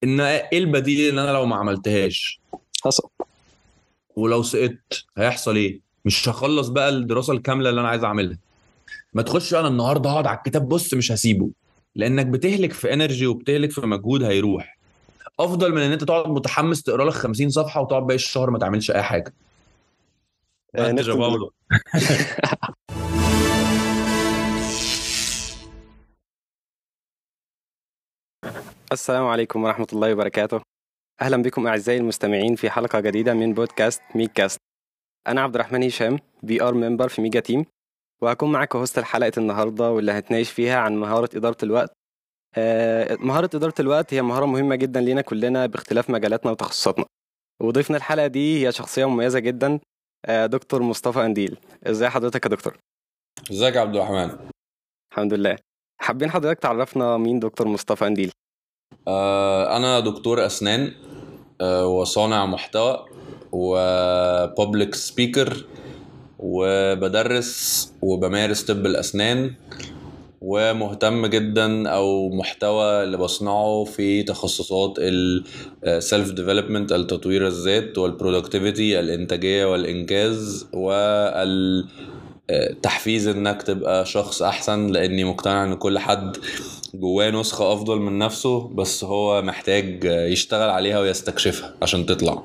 ان ايه البديل ان انا لو ما عملتهاش، حصل. ولو سقطت هيحصل ايه؟ مش هخلص بقى الدراسه الكامله اللي انا عايز اعملها. ما تخش انا النهارده هقعد على الكتاب، بص مش هسيبه، لانك بتهلك في انرجي وبتهلك في مجهود هيروح، افضل من ان انت تقعد متحمس تقرا لك 50 صفحه وتقعد باقي الشهر ما تعملش اي حاجه. بس يا نختم باولو. السلام عليكم ورحمة الله وبركاته. أهلا بكم أعزائي المستمعين في حلقة جديدة من بودكاست ميك كاست. أنا عبد الرحمن هشام، بي آر ممبر في ميجا تيم، وهكون معاك هوست الحلقة النهاردة واللي هنتناقش فيها عن مهارة إدارة الوقت. مهارة إدارة الوقت هي مهارة مهمة جدا لينا كلنا باختلاف مجالاتنا وتخصصاتنا. وضيفنا الحلقة دي هي شخصية مميزة جدا، دكتور مصطفى أنديل. إزاي حضرتك يا دكتور؟ ازيك يا عبد الرحمن؟ الحمد لله. حابين حضرتك تعرفنا مين دكتور مصطفى أنديل؟ انا دكتور اسنان، وصانع محتوى وبابليك سبيكر، وبدرس وبمارس طب الاسنان، ومهتم جدا او محتوى اللي بصنعه في تخصصات السيلف ديفلوبمنت، التطوير الذات، والبرودكتيفيتي، الانتاجيه والانجاز، والتحفيز انك تبقى شخص احسن، لاني مقتنع ان كل حد جواه نسخه افضل من نفسه، بس هو محتاج يشتغل عليها ويستكشفها عشان تطلع.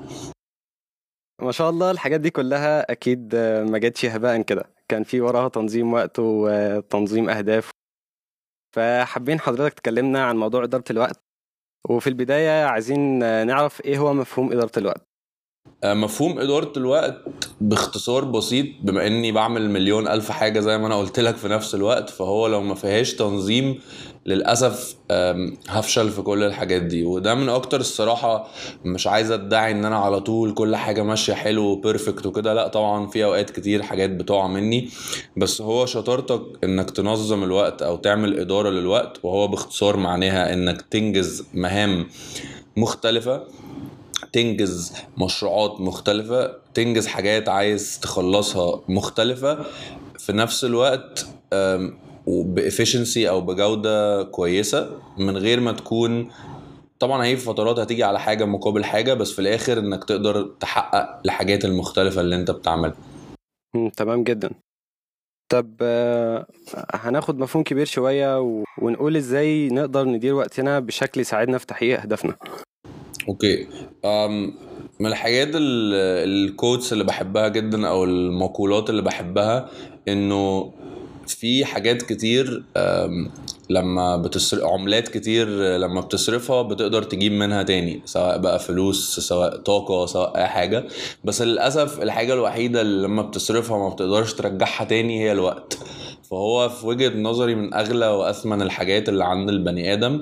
ما شاء الله، الحاجات دي كلها اكيد ما جاتش هباء كده، كان في وراها تنظيم وقت وتنظيم اهداف. فحابين حضرتك تكلمنا عن موضوع إدارة الوقت، وفي البداية عايزين نعرف ايه هو مفهوم إدارة الوقت. مفهوم إدارة الوقت باختصار بسيط، بما إني بعمل مليون ألف حاجة زي ما أنا قلت لك في نفس الوقت، فهو لو ما فيهاش تنظيم للأسف هفشل في كل الحاجات دي. وده من أكتر الصراحة، مش عايز أدعي إن أنا على طول كل حاجة ماشية حلو وبيرفكت وكده، لأ طبعا في أوقات كتير حاجات بتقع مني، بس هو شطارتك إنك تنظم الوقت أو تعمل إدارة للوقت، وهو باختصار معناها إنك تنجز مهام مختلفة، تنجز مشروعات مختلفة، تنجز حاجات عايز تخلصها مختلفة في نفس الوقت، وبإفشنسي أو بجودة كويسة، من غير ما تكون، طبعا هي في فترات هتيجي على حاجة مقابل حاجة، بس في الآخر إنك تقدر تحقق الحاجات المختلفة اللي أنت بتعملها. تمام جدا. طب هناخد مفهوم كبير شوية ونقول ازاي نقدر ندير وقتنا بشكل يساعدنا في تحقيق أهدافنا. اوكي. من الحاجات الكوتس اللي بحبها جدا او المقولات اللي بحبها، انه في حاجات كتير، لما بتصرف عملات كتير، لما بتصرفها بتقدر تجيب منها تاني، سواء بقى فلوس، سواء طاقة، سواء اي حاجة. بس للأسف الحاجة الوحيدة اللي لما بتصرفها ما بتقدرش ترجعها تاني هي الوقت. فهو في وجهة نظري من أغلى وأثمن الحاجات اللي عند البني آدم،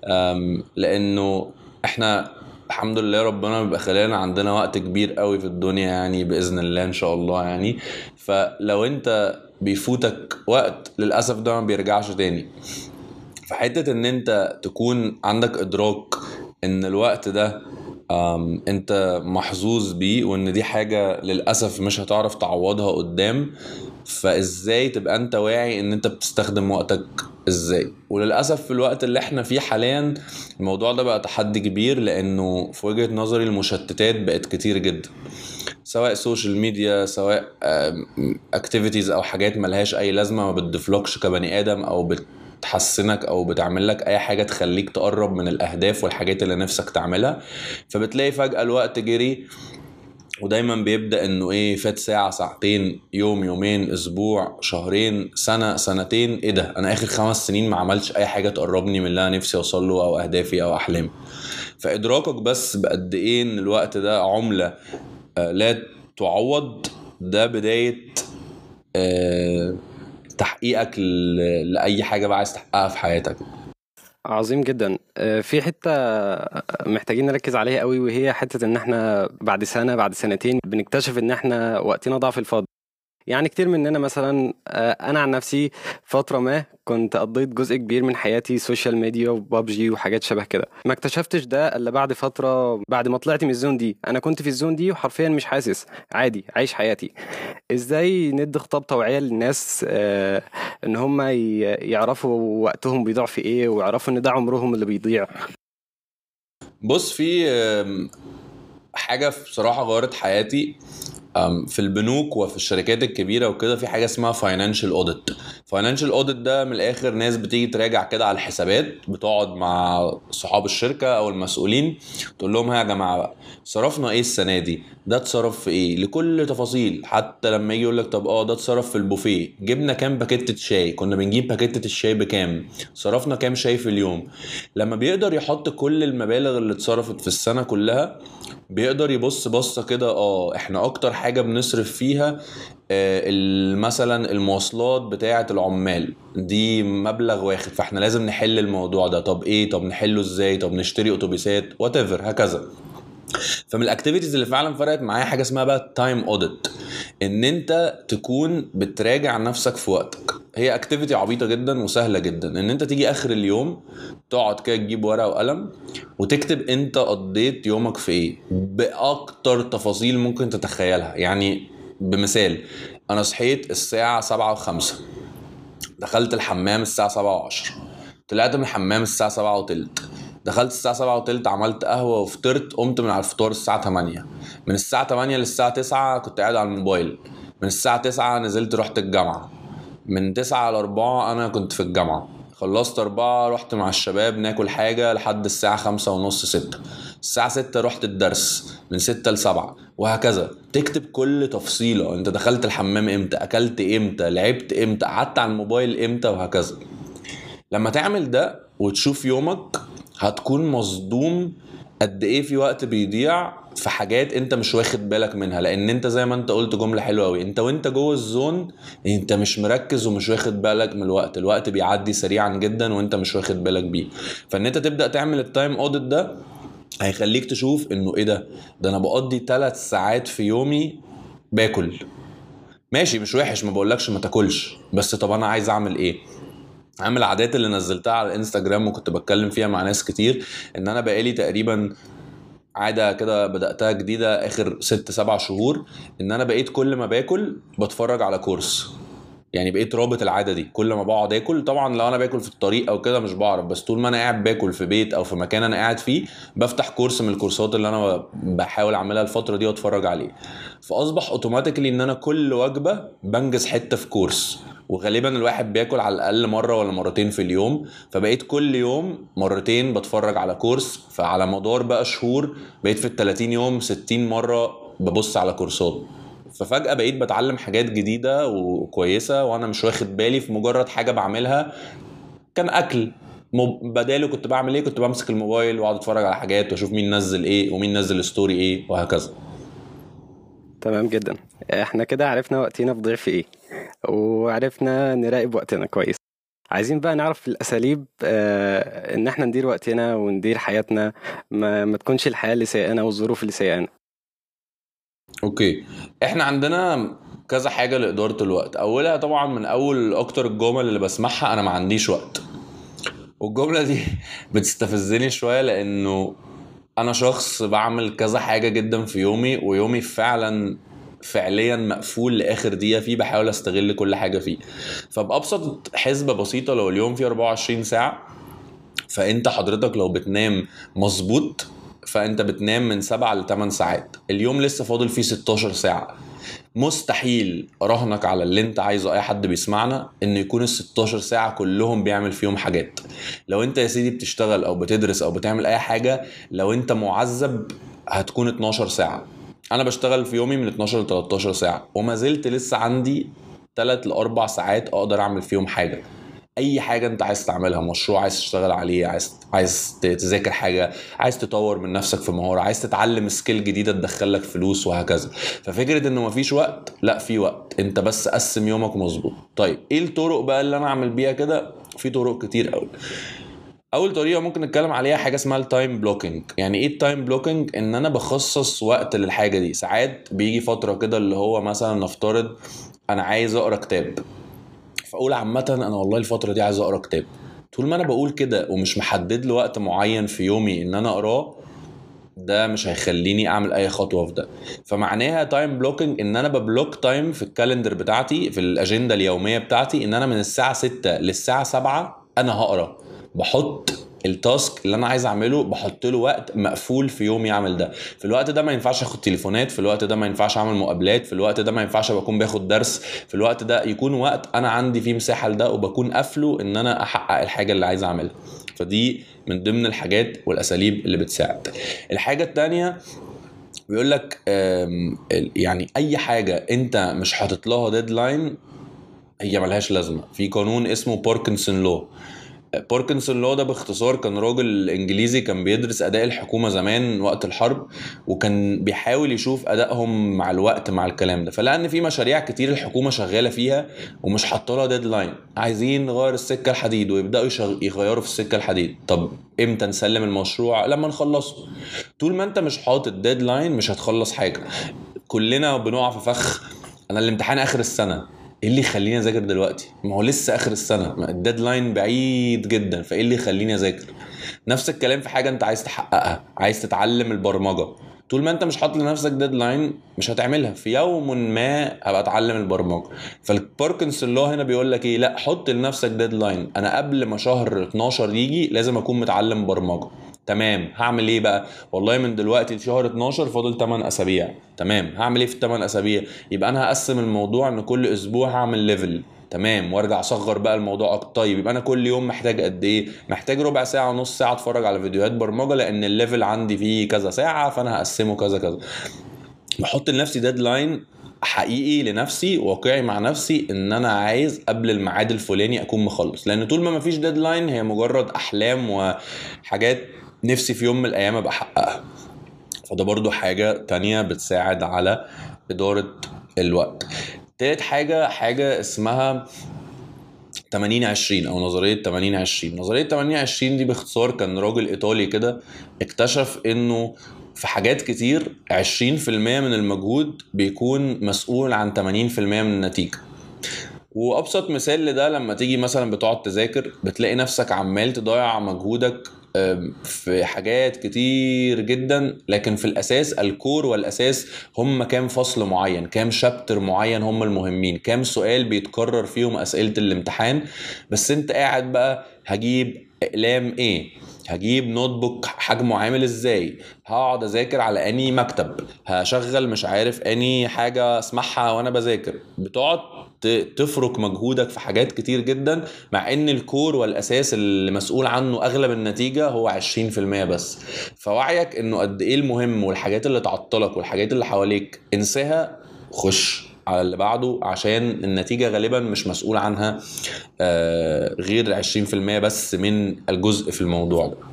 لأنه احنا الحمد لله ربنا بيبقى خلينا عندنا وقت كبير قوي في الدنيا، يعني بإذن الله إن شاء الله يعني. فلو انت بيفوتك وقت للأسف ده ما بيرجعش تاني. فحتة ان انت تكون عندك إدراك ان الوقت ده انت محظوظ بيه، وان دي حاجة للأسف مش هتعرف تعوضها قدام، فازاي تبقى انت واعي ان انت بتستخدم وقتك ازاي. وللأسف في الوقت اللي احنا فيه حاليا الموضوع ده بقى تحدي كبير، لانه في وجهة نظري المشتتات بقت كتير جدا، سواء سوشيال ميديا، سواء اكتيفيتيز او حاجات ملهاش اي لازمة ما بتضيفلكش كبني ادم، او بتحسنك او بتعمل لك اي حاجة تخليك تقرب من الاهداف والحاجات اللي نفسك تعملها. فبتلاقي فجأة الوقت جري، ودايما بيبدأ انه ايه، فات ساعة، ساعتين، يوم، يومين، اسبوع، شهرين، سنة، سنتين، ايه ده، انا اخر 5 سنين ما عملتش اي حاجة تقربني من اللي انا نفسي اوصل له او اهدافي او احلامي. فادراكك بس بقد ايه ان الوقت ده عملة لا تعوض، ده بداية آه، تحقيقك لأي حاجة بقى عايز تحققها في حياتك. عظيم جدا. في حتة محتاجين نركز عليها قوي، وهي حتة ان احنا بعد سنة بعد سنتين بنكتشف ان احنا وقتنا ضاع في الفاضي. يعني كتير مننا مثلا، انا عن نفسي فترة ما كنت قضيت جزء كبير من حياتي سوشيال ميديا وبابجي وحاجات شبه كده. ما اكتشفتش ده الا بعد فترة، بعد ما طلعت من الزون دي. انا كنت في الزون دي وحرفيا مش حاسس، عادي عايش حياتي. ازاي ندي خطاب توعية للناس ان هم يعرفوا وقتهم بيضيع في ايه، ويعرفوا ان ده عمرهم اللي بيضيع. بص، في حاجة بصراحة غيرت حياتي في البنوك وفي الشركات الكبيرة وكده. في حاجة اسمها فاينانشال اوديت. فاينانشال اوديت ده من الآخر ناس بتيجي تراجع كده على الحسابات، بتقعد مع صحاب الشركة أو المسؤولين تقول لهم ها يا جماعة بقى، صرفنا ايه السنة دي، ده اتصرف في ايه، لكل تفاصيل. حتى لما يجي يقول لك طب ده اتصرف في البوفيه، جبنا كام باكيتة شاي، كنا بنجيب باكيتة الشاي بكام، صرفنا كام شاي في اليوم. لما بيقدر يحط كل المبالغ اللي اتصرفت في السنة كلها، بيقدر يبص بصة كده، احنا اكتر حاجة بنصرف فيها مثلا المواصلات بتاعة العمال دي مبلغ واخد، فاحنا لازم نحل الموضوع ده. طب ايه، طب نحله ازاي، طب نشتري اتوبيسات whatever هكذا. فمن الاكتيفيتيز اللي فعلا فرقت معايا حاجه اسمها بقى تايم اوديت، ان انت تكون بتراجع نفسك في وقتك. هي اكتيفيتي عبيطه جدا وسهله جدا، ان انت تيجي اخر اليوم تقعد كده تجيب ورقه وقلم وتكتب انت قضيت يومك في ايه باكتر تفاصيل ممكن تتخيلها. يعني بمثال، انا صحيت الساعه 7:05، دخلت الحمام الساعة 7:10، طلعت من الحمام الساعة 7:15، دخلت الساعة 7:15 عملت قهوة وفطرت، قمت من على الفطار الساعة 8، من الساعة 8 للساعة 9 كنت قاعد على الموبايل، من الساعة 9 نزلت رحت الجامعة، من 9 ل4 أنا كنت في الجامعة، خلصت 4 رحت مع الشباب ناكل حاجة لحد الساعة 5:30 6، الساعة 6 رحت الدرس، من 6 ل7، وهكذا. تكتب كل تفصيلة، انت دخلت الحمام امتى، اكلت امتى، لعبت امتى، قعدت على الموبايل امتى، وهكذا. لما تعمل ده وتشوف يومك، هتكون مصدوم قد ايه في وقت بيضيع في حاجات انت مش واخد بالك منها. لان انت زي ما انت قلت جملة حلوة قوي، انت وانت جوه الزون انت مش مركز ومش واخد بالك من الوقت، الوقت بيعدي سريعا جدا وانت مش واخد بالك بيه. فان انت تبدأ تعمل التايم اوديت ده هيخليك تشوف انه ايه ده انا بقضي 3 ساعات في يومي باكل. ماشي مش وحش، ما بقولكش ما تاكلش، بس طب انا عايز اعمل ايه؟ عامل العادات اللي نزلتها على الانستجرام وكنت بتكلم فيها مع ناس كتير، ان انا بقالي تقريبا عادة كده بدأتها جديدة اخر 6 7 شهور، ان انا بقيت كل ما باكل بتفرج على كورس. يعني بقيت رابط العاده دي، كل ما بقعد اكل، طبعا لو انا باكل في الطريق او كده مش بعرف، بس طول ما انا قاعد باكل في بيت او في مكان انا قاعد فيه بفتح كورس من الكورسات اللي انا بحاول اعملها الفتره دي واتفرج عليه. فاصبح اوتوماتيكلي ان انا كل وجبه بنجز حته في كورس، وغالبا الواحد بياكل على الاقل مره ولا مرتين في اليوم، فبقيت كل يوم مرتين بتفرج على كورس. فعلى مدار بقى شهور بقيت في ال 30 يوم 60 مره ببص على كورسات. ففجأة بقيت بتعلم حاجات جديدة وكويسة وانا مش واخد بالي، في مجرد حاجة بعملها كان اكل. بداله كنت بعمل ايه؟ كنت بمسك الموبايل واقعد اتفرج على حاجات واشوف مين نزل ايه ومين نزل ستوري ايه وهكذا. تمام جدا. احنا كده عرفنا وقتنا في ضيف ايه، وعرفنا نراقب وقتنا كويس. عايزين بقى نعرف الأساليب إن احنا ندير وقتنا وندير حياتنا، ما تكونش الحياة اللي سيئانا والظروف اللي سيئانا. اوكي، احنا عندنا كذا حاجة لإدارة الوقت. اولها طبعا من اول اكتر الجمل اللي بسمعها، انا ما عنديش وقت. والجملة دي بتستفزني شوية، لانه انا شخص بعمل كذا حاجة جدا في يومي، ويومي فعلا فعليا مقفول لاخر دقيقة فيه، بحاول استغل كل حاجة فيه. فبأبسط حسبة بسيطة، لو اليوم فيه 24 ساعة، فانت حضرتك لو بتنام مظبوط فانت بتنام من 7 ل 8 ساعات، اليوم لسه فاضل فيه 16 ساعة. مستحيل اراهنك على اللي انت عايزه، اي حد بيسمعنا، ان يكون ال 16 ساعة كلهم بيعمل فيهم حاجات. لو انت يا سيدي بتشتغل او بتدرس او بتعمل اي حاجة، لو انت معذب هتكون 12 ساعة. انا بشتغل في يومي من 12 ل 13 ساعة، وما زلت لسه عندي 3 ل 4 ساعات اقدر اعمل فيهم حاجة. اي حاجه انت عايز تعملها، مشروع عايز تشتغل عليه، عايز تذاكر حاجه، عايز تطور من نفسك في مهاره، عايز تتعلم سكيل جديده تدخلك فلوس وهكذا. ففكره انه مفيش وقت، لا في وقت، انت بس قسم يومك مظبوط. طيب ايه الطرق بقى اللي انا اعمل بيها كده؟ في طرق كتير قوي. اول طريقه ممكن نتكلم عليها حاجه اسمها التايم بلوكينج. يعني ايه التايم بلوكينج؟ ان انا بخصص وقت للحاجه دي. ساعات بيجي فتره كده اللي هو مثلا نفترض انا عايز اقرا كتاب، فاقول عامه انا والله الفتره دي عايز اقرا كتاب. طول ما انا بقول كده ومش محدد له وقت معين في يومي ان انا اقراه، ده مش هيخليني اعمل اي خطوه في ده. فمعناها تايم بلوكينج ان انا ببلوك تايم في الكالندر بتاعتي، في الاجنده اليوميه بتاعتي، ان انا من الساعه 6 للساعه 7 انا هقرا. بحط التاسك اللي انا عايز اعمله بحط له وقت مقفول في يوم يعمل ده. في الوقت ده ما ينفعش اخد تليفونات، في الوقت ده ما ينفعش اعمل مقابلات، في الوقت ده ما ينفعش بكون باخد درس، في الوقت ده يكون وقت انا عندي فيه مساحه لده وبكون قافله ان انا احقق الحاجه اللي عايز اعملها. فدي من ضمن الحاجات والاساليب اللي بتساعد. الحاجه التانية بيقول لك يعني اي حاجه انت مش حاطط لها ديدلاين هي ملهاش لازمه. في قانون اسمه باركنسون لو. باركنسون لو ده باختصار كان راجل انجليزي كان بيدرس اداء الحكومه زمان وقت الحرب، وكان بيحاول يشوف ادائهم مع الوقت مع الكلام ده. فلقى ان في مشاريع كتير الحكومه شغاله فيها ومش حاطه لها ديدلاين، عايزين نغير السكه الحديد ويبداوا يغيروا في السكه الحديد. طب امتى نسلم المشروع؟ لما نخلصه. طول ما انت مش حاطط ديدلاين مش هتخلص حاجه. كلنا بنقع في فخ انا الامتحان اخر السنه، ايه اللي يخليني اذاكر دلوقتي؟ ما هو لسه اخر السنه، الديدلاين بعيد جدا، فايه اللي يخليني اذاكر؟ نفس الكلام في حاجه انت عايز تحققها، عايز تتعلم البرمجه، طول ما انت مش حاطط لنفسك ديدلاين مش هتعملها. في يوم ما هبقى اتعلم البرمجه. فالباركنسون لو هنا بيقول لك ايه؟ لا، حط لنفسك ديدلاين. انا قبل ما شهر 12 يجي لازم اكون متعلم برمجه. تمام، هعمل ايه بقى؟ والله من دلوقتي شهر 12 فاضل 8 اسابيع. تمام، هعمل ايه في 8 اسابيع؟ يبقى انا هقسم الموضوع ان كل اسبوع هعمل ليفل. تمام، وارجع اصغر بقى الموضوع اكتر. طيب يبقى انا كل يوم محتاج قد ايه؟ محتاج ربع ساعه نص ساعه اتفرج على فيديوهات برمجه لان الليفل عندي فيه كذا ساعه، فانا هقسمه كذا كذا. بحط لنفسي ديدلاين حقيقي لنفسي، واقعي مع نفسي، ان انا عايز قبل الميعاد الفلاني اكون مخلص. لان طول ما مفيش ديدلاين هي مجرد احلام وحاجات نفسي في يوم من الايام ابقى احققها. فده برضو حاجة تانية بتساعد على ادارة الوقت. تالت حاجة اسمها 80-20 او نظرية 80-20. نظرية 80-20 دي باختصار كان راجل ايطالي كده اكتشف انه في حاجات كتير 20% من المجهود بيكون مسؤول عن 80% من النتيجة. وابسط مثال لده لما تيجي مثلا بتقعد تذاكر بتلاقي نفسك عمال تضيع مجهودك في حاجات كتير جدا، لكن في الاساس الكور والاساس هم كام فصل معين، كام شابتر معين هم المهمين، كام سؤال بيتكرر فيهم اسئلة الامتحان. بس انت قاعد بقى هجيب اقلام ايه، هجيب نوت بوك حجمه عامل ازاي، هقعد اذاكر على اني مكتب، هشغل مش عارف اني حاجة اسمعها وانا بذاكر. بتقعد تفرك مجهودك في حاجات كتير جدا، مع ان الكور والاساس اللي مسؤول عنه اغلب النتيجة هو 20% بس. فوعيك انه قد ايه المهم والحاجات اللي تعطلك والحاجات اللي حواليك انساها، خش على اللي بعده، عشان النتيجة غالبا مش مسؤول عنها غير 20% بس من الجزء في الموضوع ده.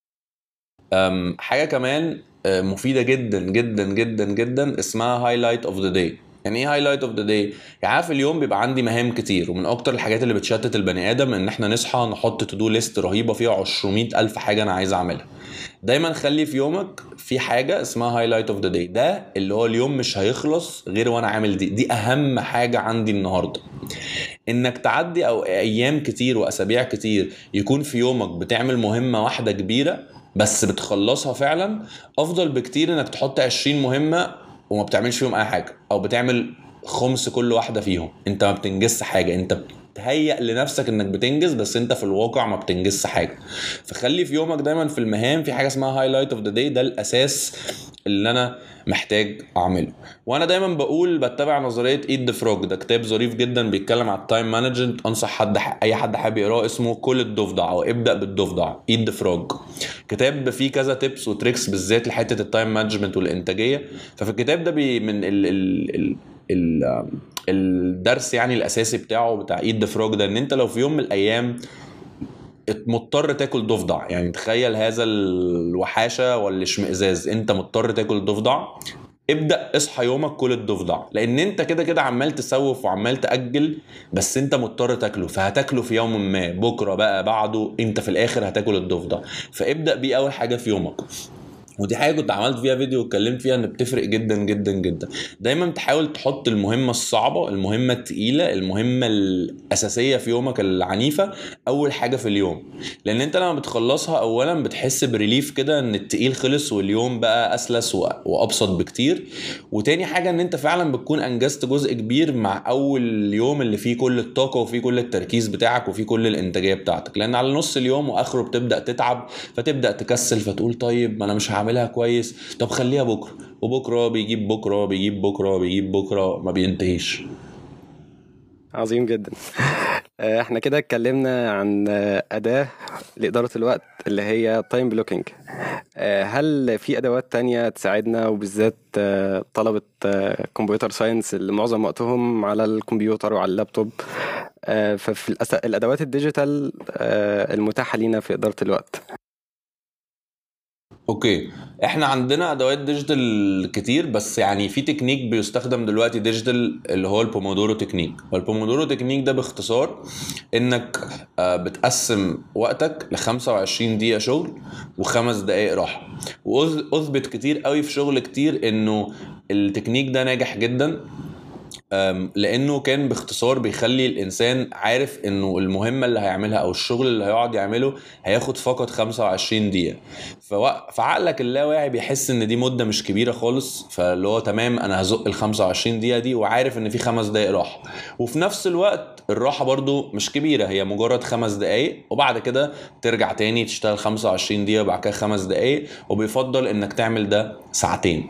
حاجة كمان مفيدة جدا جدا جدا جدا اسمها هايلايت اوف ذا داي. يعني ايه هايلايت اوف ذا داي؟ يعني في اليوم بيبقى عندي مهام كتير، ومن اكتر الحاجات اللي بتشتت البني ادم ان احنا نصحى نحط تو دو ليست رهيبة فيها 200 الف حاجة انا عايز اعملها. دايما خلي في يومك في حاجة اسمها هايلايت اوف ذا داي. ده اللي هو اليوم مش هيخلص غير وانا عامل دي اهم حاجة عندي النهاردة. انك تعدي او ايام كتير واسابيع كتير يكون في يومك بتعمل مهمة واحدة كبيرة بس بتخلصها فعلا، افضل بكتير انك تحط 20 مهمة وما بتعملش فيهم اي حاجة، او بتعمل خمس كل واحدة فيهم. انت ما بتنجزش حاجة، انت تهيأ لنفسك انك بتنجز بس انت في الواقع ما بتنجزش حاجة. فخلي في يومك دايما في المهام في حاجة اسمها هايلايت اوف ذا داي. ده الاساس اللي انا محتاج اعمله. وانا دايما بتبع نظريه ايد ذا فروج. ده كتاب ظريف جدا بيتكلم على التايم مانجمنت، انصح اي حد حابب يقراه، اسمه كل الضفدع او ابدا بالضفدع، ايد ذا فروج. كتاب فيه كذا تيبس وتريكس بالذات لحته التايم مانجمنت والانتاجيه. ففي الكتاب ده من ال الدرس يعني الاساسي بتاع ايد ذا فروج ده ان انت لو في يوم من الايام مضطر تاكل ضفدع، يعني تخيل هذا الوحاشه والاشمئزاز، انت مضطر تاكل ضفدع، ابدأ اصحى يومك كل الضفدع. لان انت كده كده عمال تسوف وعمال تأجل، بس انت مضطر تاكله، فهتاكله في يوم ما، بكرة بقى بعده، انت في الاخر هتاكل الضفدع. فابدأ بيه اول حاجة في يومك. ودي حاجه كنت عملت فيها فيديو واتكلمت فيها ان بتفرق جدا جدا جدا. دايما تحاول تحط المهمه الصعبه، المهمه التقيله، المهمه الاساسيه في يومك العنيفه اول حاجه في اليوم. لان انت لما بتخلصها اولا بتحس بريليف كده ان التقيل خلص واليوم بقى اسلس وابسط بكتير. وتاني حاجه ان انت فعلا بتكون انجزت جزء كبير مع اول يوم اللي فيه كل الطاقه وفيه كل التركيز بتاعك وفيه كل الانتاجيه بتاعتك. لان على نص اليوم واخره بتبدا تتعب، فتبدا تكسل، فتقول طيب ما انا مش هعملها كويس، طب خليها بكره. وبكره بيجيب بكره بيجيب بكره بيجيب بكره، ما بينتهيش. عظيم جدا. احنا كده اتكلمنا عن أداة لإدارة الوقت اللي هي تايم بلوكينج. هل في أدوات تانية تساعدنا، وبالذات طلبة كمبيوتر ساينس اللي معظم وقتهم على الكمبيوتر وعلى اللابتوب، ففي الأدوات الديجيتال المتاحة لينا في إدارة الوقت؟ اوكي، احنا عندنا ادوات ديجيتال كتير، بس يعني في تكنيك بيستخدم دلوقتي ديجيتال اللي هو البومودورو تكنيك. والبومودورو تكنيك ده باختصار انك بتقسم وقتك ل 25 دقيقة شغل و5 دقايق راحة. واثبت كتير قوي في شغل كتير انه التكنيك ده ناجح جدا، لانه كان باختصار بيخلي الانسان عارف انه المهمه اللي هيعملها او الشغل اللي هيقعد يعمله هياخد فقط 25 دقيقه. فعقلك اللاواعي بيحس ان دي مده مش كبيره خالص، فاللي هو تمام انا هزق ال 25 دقيقه دي، وعارف ان في 5 دقايق راحه. وفي نفس الوقت الراحه برضو مش كبيره، هي مجرد 5 دقايق، وبعد كده ترجع تاني تشتغل 25 دقيقه وبعد كده 5 دقايق. وبيفضل انك تعمل ده ساعتين،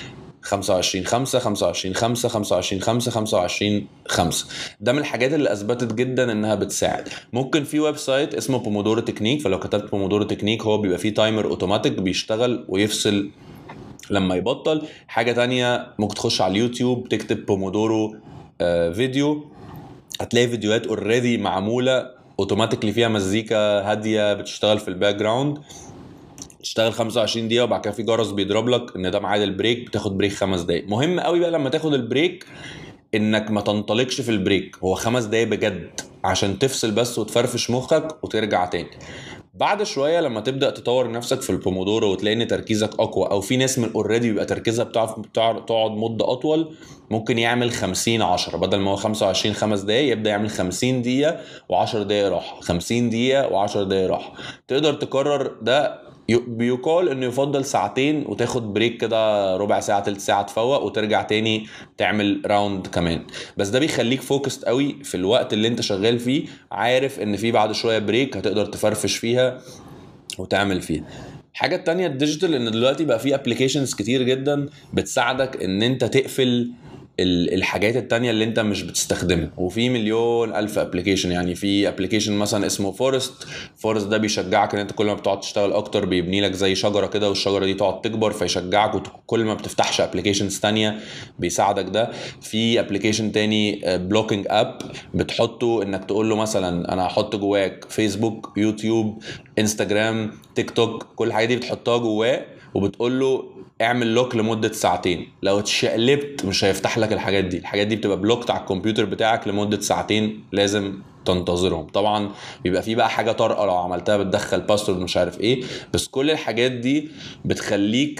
25 5 25 5 25 5 25 5. ده من الحاجات اللي اثبتت جدا انها بتساعد. ممكن في ويب سايت اسمه بومودورو تكنيك، فلو كتبت بومودورو تكنيك هو بيبقى فيه تايمر اوتوماتيك بيشتغل ويفصل لما يبطل. حاجة تانية ممكن تخش على اليوتيوب تكتب بومودورو فيديو، هتلاقي فيديوهات اوريدي معمولة اوتوماتيكلي فيها مزيكا هادية بتشتغل في الباك جراوند. تشتغل 25 دقيقه وبعد كده في جرس بيضرب لك ان ده ميعاد البريك، بتاخد بريك 5 دقايق. مهم قوي بقى لما تاخد البريك انك ما تنطلقش في البريك، هو 5 دقايق بجد عشان تفصل بس وتفرفش مخك وترجع تاني. بعد شويه لما تبدا تطور نفسك في البومودورو وتلاقي ان تركيزك اقوى، او في ناس من اوريدي بيبقى تركيزها بتعرف تقعد مده اطول، ممكن يعمل 50 10 بدل ما هو 25 5 دقايق يبدا يعمل 50 دقيقه و10 دقايق راحه، 50 دقيقه و10 دقايق راحه. تقدر تكرر ده. بيقال انه يفضل ساعتين وتاخد بريك كده ربع ساعه تلت ساعه تفوق وترجع تاني تعمل راوند كمان. بس ده بيخليك فوكست قوي في الوقت اللي انت شغال فيه، عارف ان في بعد شويه بريك هتقدر تفرفش فيها وتعمل فيها. الحاجه التانية الديجيتال، ان دلوقتي بقى في ابلكيشنز كتير جدا بتساعدك ان انت تقفل الحاجات التانية اللي انت مش بتستخدمها. وفي مليون الف ابلكيشن، يعني في ابلكيشن مثلا اسمه فورست ده بيشجعك ان انت كل ما بتقعد تشتغل اكتر بيبني لك زي شجرة كده، والشجرة دي تقعد تكبر فيشجعك، وكل ما بتفتحش ابلكيشنز تانية بيساعدك ده. في ابلكيشن تاني بلوكينج اب، بتحطه انك تقول له مثلا انا هحط جواك فيسبوك، يوتيوب، انستجرام، تيك توك، كل الحاجات دي بتحطها جواه وبتقول له اعمل لوك لمدة ساعتين. لو اتشقلبت مش هيفتح لك الحاجات دي. الحاجات دي بتبقى بلوكت على الكمبيوتر بتاعك لمدة ساعتين، لازم تنتظرهم. طبعا بيبقى فيه بقى حاجة طارئة لو عملتها بتدخل باسورد مش عارف ايه، بس كل الحاجات دي بتخليك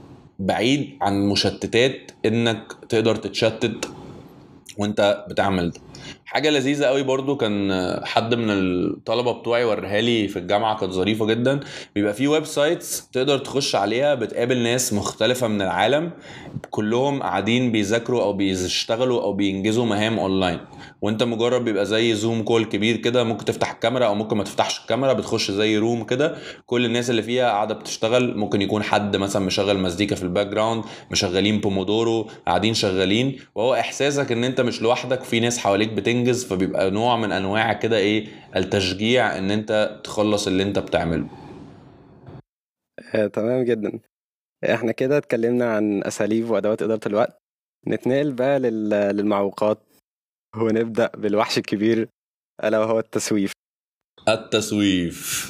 بعيد عن مشتتات انك تقدر تتشتت وانت بتعمل ده. حاجه لذيذه قوي برضو كان حد من الطلبه بتوعي وريها لي في الجامعه، كانت ظريفه جدا. بيبقى في ويب سايتس تقدر تخش عليها بتقابل ناس مختلفه من العالم، كلهم قاعدين بيذاكروا او بيشتغلوا او بينجزوا مهام اونلاين. وانت مجرد بيبقى زي زوم كول كبير كده، ممكن تفتح الكاميرا او ممكن ما تفتحش الكاميرا، بتخش زي روم كده كل الناس اللي فيها قاعده بتشتغل. ممكن يكون حد مثلا مشغل مزيكا في الباك جراوند، مشغلين بومودورو قاعدين شغالين، وهو احساسك ان انت مش لوحدك، في ناس حواليك بتنجز. فبيبقى نوع من انواع كده ايه، التشجيع ان انت تخلص اللي انت بتعمله. تمام جدا. احنا كده اتكلمنا عن أساليب وأدوات إدارة الوقت. نتنقل بقى للمعوقات، ونبدأ بالوحش الكبير ألا وهو التسويف. التسويف.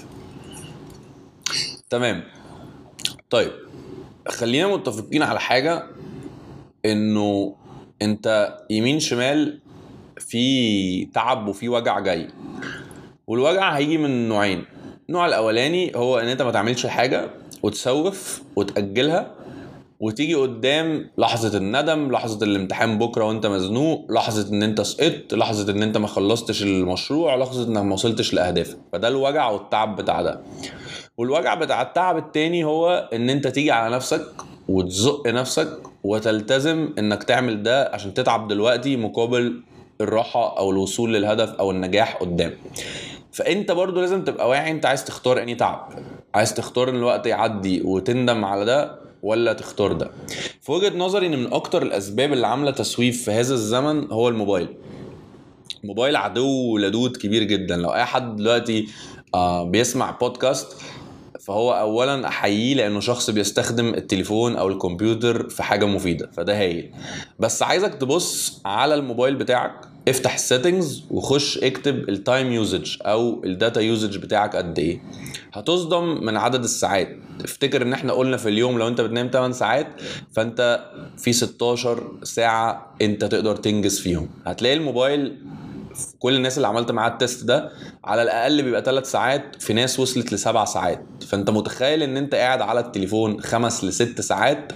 تمام. طيب خلينا متفقين على حاجة، انه انت يمين شمال في تعب وفي وجع جاي، والوجع هيجي من نوعين. النوع الاولاني هو ان انت ما تعملش حاجه وتسوف وتاجلها، وتيجي قدام لحظة الندم، لحظة الامتحان بكرة وانت مزنوق، لحظة ان انت سقطت، لحظة ان انت ما خلصتش المشروع، لحظة انك ما وصلتش لأهدافك. فده الوجع والتعب بتاع ده. والوجع بتاع التعب التاني هو ان انت تيجي على نفسك وتزق نفسك وتلتزم انك تعمل ده عشان تتعب دلوقتي مقابل الراحة او الوصول للهدف او النجاح قدام. فانت برضو لازم تبقى واعي انت عايز تختار اني تعب. عايز تختار ان الوقت يعدي وتندم على ده، ولا تختار ده؟ في وجهة نظري ان من اكتر الاسباب اللي عاملة تسويف في هذا الزمن هو الموبايل. الموبايل عدو لدود كبير جدا. لو اي حد دلوقتي بيسمع بودكاست، فهو اولا احييه لانه شخص بيستخدم التليفون او الكمبيوتر في حاجه مفيده، فده هايل. بس عايزك تبص على الموبايل بتاعك، افتح السيتنجز وخش اكتب التايم يوزج او الداتا يوزج بتاعك قد ايه. هتصدم من عدد الساعات. افتكر ان احنا قلنا في اليوم لو انت بتنام 8 ساعات، فانت في 16 ساعه انت تقدر تنجز فيهم. هتلاقي الموبايل كل الناس اللي عملت معاه التست ده على الاقل بيبقى 3 ساعات، في ناس وصلت ل7 ساعات. فانت متخيل ان انت قاعد على التليفون 5 ل6 ساعات،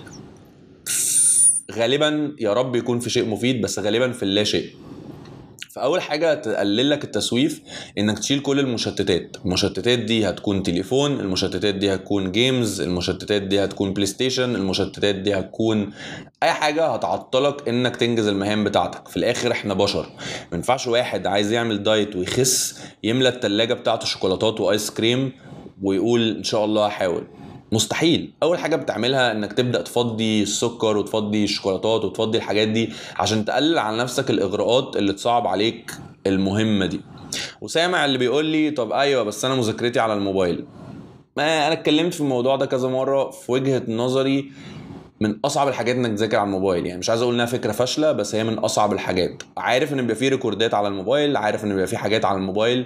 غالبا يا رب يكون في شيء مفيد بس غالبا في اللا شيء. فاول حاجه تقلل لك التسويف انك تشيل كل المشتتات. المشتتات دي هتكون تليفون، المشتتات دي هتكون جيمز، المشتتات دي هتكون بلاي ستيشن، المشتتات دي هتكون اي حاجه هتعطلك انك تنجز المهام بتاعتك. في الاخر احنا بشر، ما ينفعش واحد عايز يعمل دايت ويخس يملى التلاجة بتاعته شوكولاتات وايس كريم ويقول ان شاء الله هحاول. مستحيل. اول حاجه بتعملها انك تبدا تفضي السكر وتفضي الشوكولاتات وتفضي الحاجات دي عشان تقلل على نفسك الاغراءات اللي تصعب عليك المهمه دي. وسامع اللي بيقول لي طب ايوه بس انا مذاكرتي على الموبايل. ما انا اتكلمت في الموضوع ده كذا مره. في وجهه نظري من اصعب الحاجات انك تذاكر على الموبايل. يعني مش عايز اقول انها فكره فاشله، بس هي من اصعب الحاجات. عارف ان بيبقى فيه ريكوردات على الموبايل، عارف ان بيبقى فيه حاجات على الموبايل،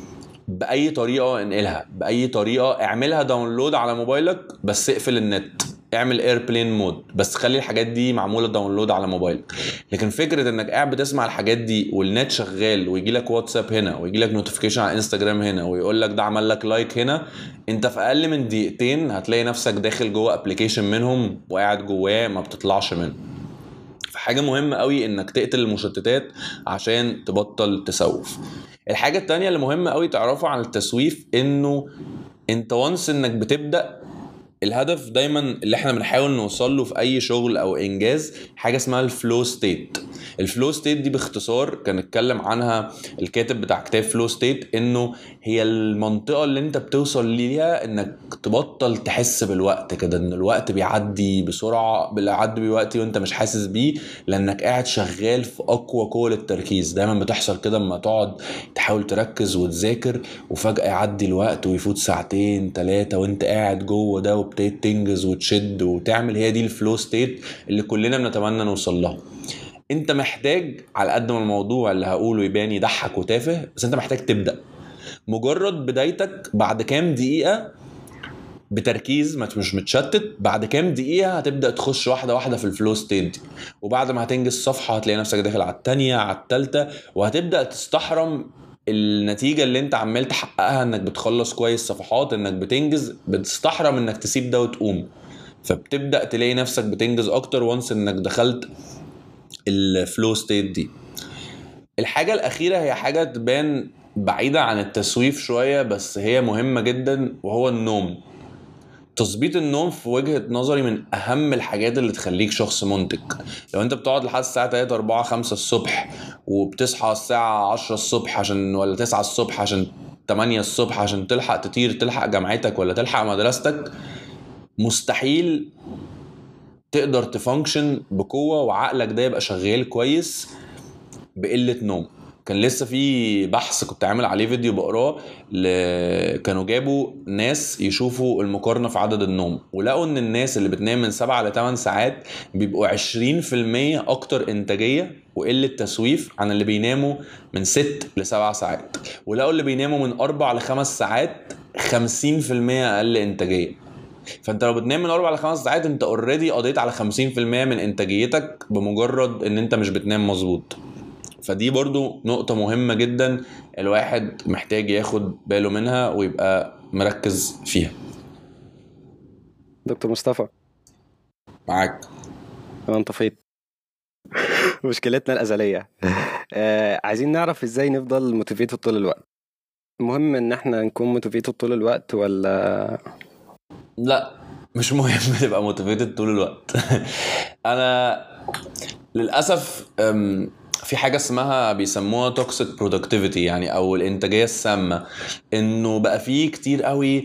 باي طريقه انقلها، باي طريقه اعملها داونلود على موبايلك بس اقفل النت، اعمل ايربلين مود بس خلي الحاجات دي معموله داونلود على موبايلك. لكن فكره انك قاعد بتسمع الحاجات دي والنت شغال ويجي لك واتساب هنا ويجي لك نوتيفيكيشن على انستجرام هنا ويقول لك ده عمل لك لايك هنا، انت في اقل من دقيقتين هتلاقي نفسك داخل جوه ابلكيشن منهم وقاعد جواه ما بتطلعش منه. فحاجة مهمة قوي انك تقتل المشتتات عشان تبطل تسوف. الحاجة التانية اللي مهمة قوي تعرفها عن التسويف انه انت وانس انك بتبدأ الهدف دايما اللي احنا بنحاول نوصل له في اي شغل او انجاز حاجه اسمها الفلو ستيت. الفلو ستيت دي باختصار كان اتكلم عنها الكاتب بتاع كتاب فلو ستيت، انه هي المنطقه اللي انت بتوصل ليها انك تبطل تحس بالوقت كده، ان الوقت بيعدي بسرعه، بيعدي بوقت وانت مش حاسس بيه لانك قاعد شغال في اقوى قوه التركيز. دايما بتحصل كده لما تقعد تحاول تركز وتذاكر وفجاه يعدي الوقت ويفوت ساعتين 3 وانت قاعد جوه ده وابتديت تنجز وتشد وتعمل. هي دي الفلو ستيت اللي كلنا بنتمنى نوصل لها. انت محتاج على قد ما الموضوع اللي هقوله يبان يضحك وتافه، بس انت محتاج تبدأ. مجرد بدايتك بعد كام دقيقة بتركيز ما مش متشتت، بعد كام دقيقة هتبدأ تخش واحدة واحدة في الفلو ستيت دي. وبعد ما هتنجز صفحة هتلاقي نفسك داخل على التانية على التالتة، وهتبدأ تستحرم النتيجة اللي انت عمال تحققها، انك بتخلص كويس صفحات، انك بتنجز، بتستحرم انك تسيب ده وتقوم. فبتبدأ تلاقي نفسك بتنجز اكتر وانس انك دخلت الفلو ستيت دي. الحاجة الأخيرة هي حاجة تبان بعيدة عن التسويف شوية بس هي مهمة جدا، وهو النوم. تظبيط النوم في وجهة نظري من أهم الحاجات اللي تخليك شخص منتج. لو أنت بتقعد لحد الساعة 3 4 5 الصبح وبتصحى الساعة 10 الصبح عشان ولا 9 الصبح عشان 8 الصبح عشان تلحق تطير تلحق جامعتك ولا تلحق مدرستك، مستحيل تقدر تفانكشن بقوة وعقلك ده يبقى شغال كويس بقلة نوم. كان لسه في بحث كنت عامل عليه فيديو بقراه كانوا جابوا ناس يشوفوا المقارنة في عدد النوم، ولقوا ان الناس اللي بتنام من 7 ل 8 ساعات بيبقوا 20% اكتر انتاجية وقلة تسويف عن اللي بيناموا من 6 ل 7 ساعات. ولقوا اللي بيناموا من 4 ل 5 ساعات 50% اقل انتاجية. فانت لو بتنام من 4 ل 5 ساعات انت اوريدي قضيت على 50% من انتاجيتك بمجرد ان انت مش بتنام مظبوط. فدي برضو نقطة مهمة جدا الواحد محتاج ياخد باله منها ويبقى مركز فيها. دكتور مصطفى، معاك. انا انطفيت. مشكلتنا الأزلية. عايزين نعرف ازاي نفضل موتيفيتد طول الوقت. مهم ان احنا نكون موتيفيتد طول الوقت ولا؟ لا، مش مهم تبقى موتيفيتد طول الوقت. انا للاسف في حاجه اسمها بيسموها توكسيك برودكتيفيتي، يعني او الانتاجيه السامه، انه بقى فيه كتير قوي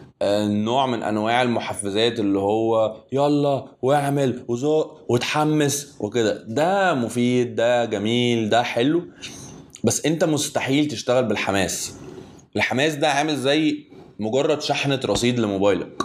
نوع من انواع المحفزات اللي هو يلا واعمل وزق وتحمس وكده. ده مفيد، ده جميل، ده حلو، بس انت مستحيل تشتغل بالحماس. الحماس ده عامل زي مجرد شحنة رصيد لموبايلك،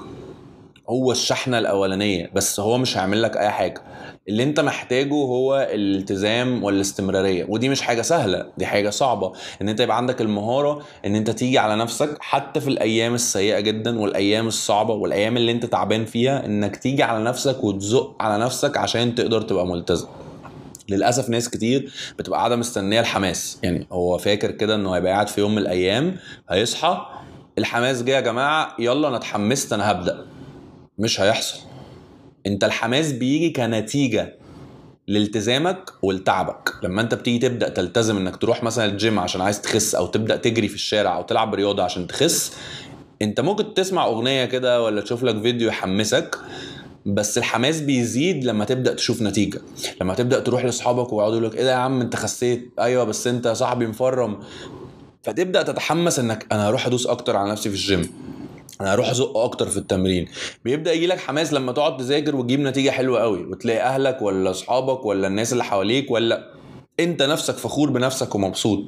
هو الشحنة الأولانية بس، هو مش هيعمل لك أي حاجة. اللي انت محتاجه هو الالتزام والاستمرارية، ودي مش حاجة سهلة، دي حاجة صعبة. ان انت يبقى عندك المهارة ان انت تيجي على نفسك حتى في الأيام السيئة جدا والأيام الصعبة والأيام اللي انت تعبان فيها، انك تيجي على نفسك وتزق على نفسك عشان تقدر تبقى ملتزم. للاسف ناس كتير بتبقى قاعده مستنيه الحماس، يعني هو فاكر كده انه هيبقى قاعد في يوم من الايام هيصحى الحماس جه يا جماعه يلا انا اتحمست انا هبدا. مش هيحصل. انت الحماس بيجي كنتيجه لالتزامك ولتعبك. لما انت بتيجي تبدا تلتزم انك تروح مثلا الجيم عشان عايز تخس، او تبدا تجري في الشارع او تلعب رياضه عشان تخس، انت ممكن تسمع اغنيه كده ولا تشوف لك فيديو يحمسك، بس الحماس بيزيد لما تبدا تشوف نتيجه. لما تبدا تروح لاصحابك ويقعدوا يقولوا لك ايه ده يا عم انت خسيت، ايوه بس انت يا صاحبي مفرم، فتبدا تتحمس انك انا هروح ادوس اكتر على نفسي في الجيم، انا هروح ازق اكتر في التمرين. بيبدا يجي لك حماس لما تقعد تذاكر وتجيب نتيجه حلوه قوي، وتلاقي اهلك ولا اصحابك ولا الناس اللي حواليك ولا انت نفسك فخور بنفسك ومبسوط،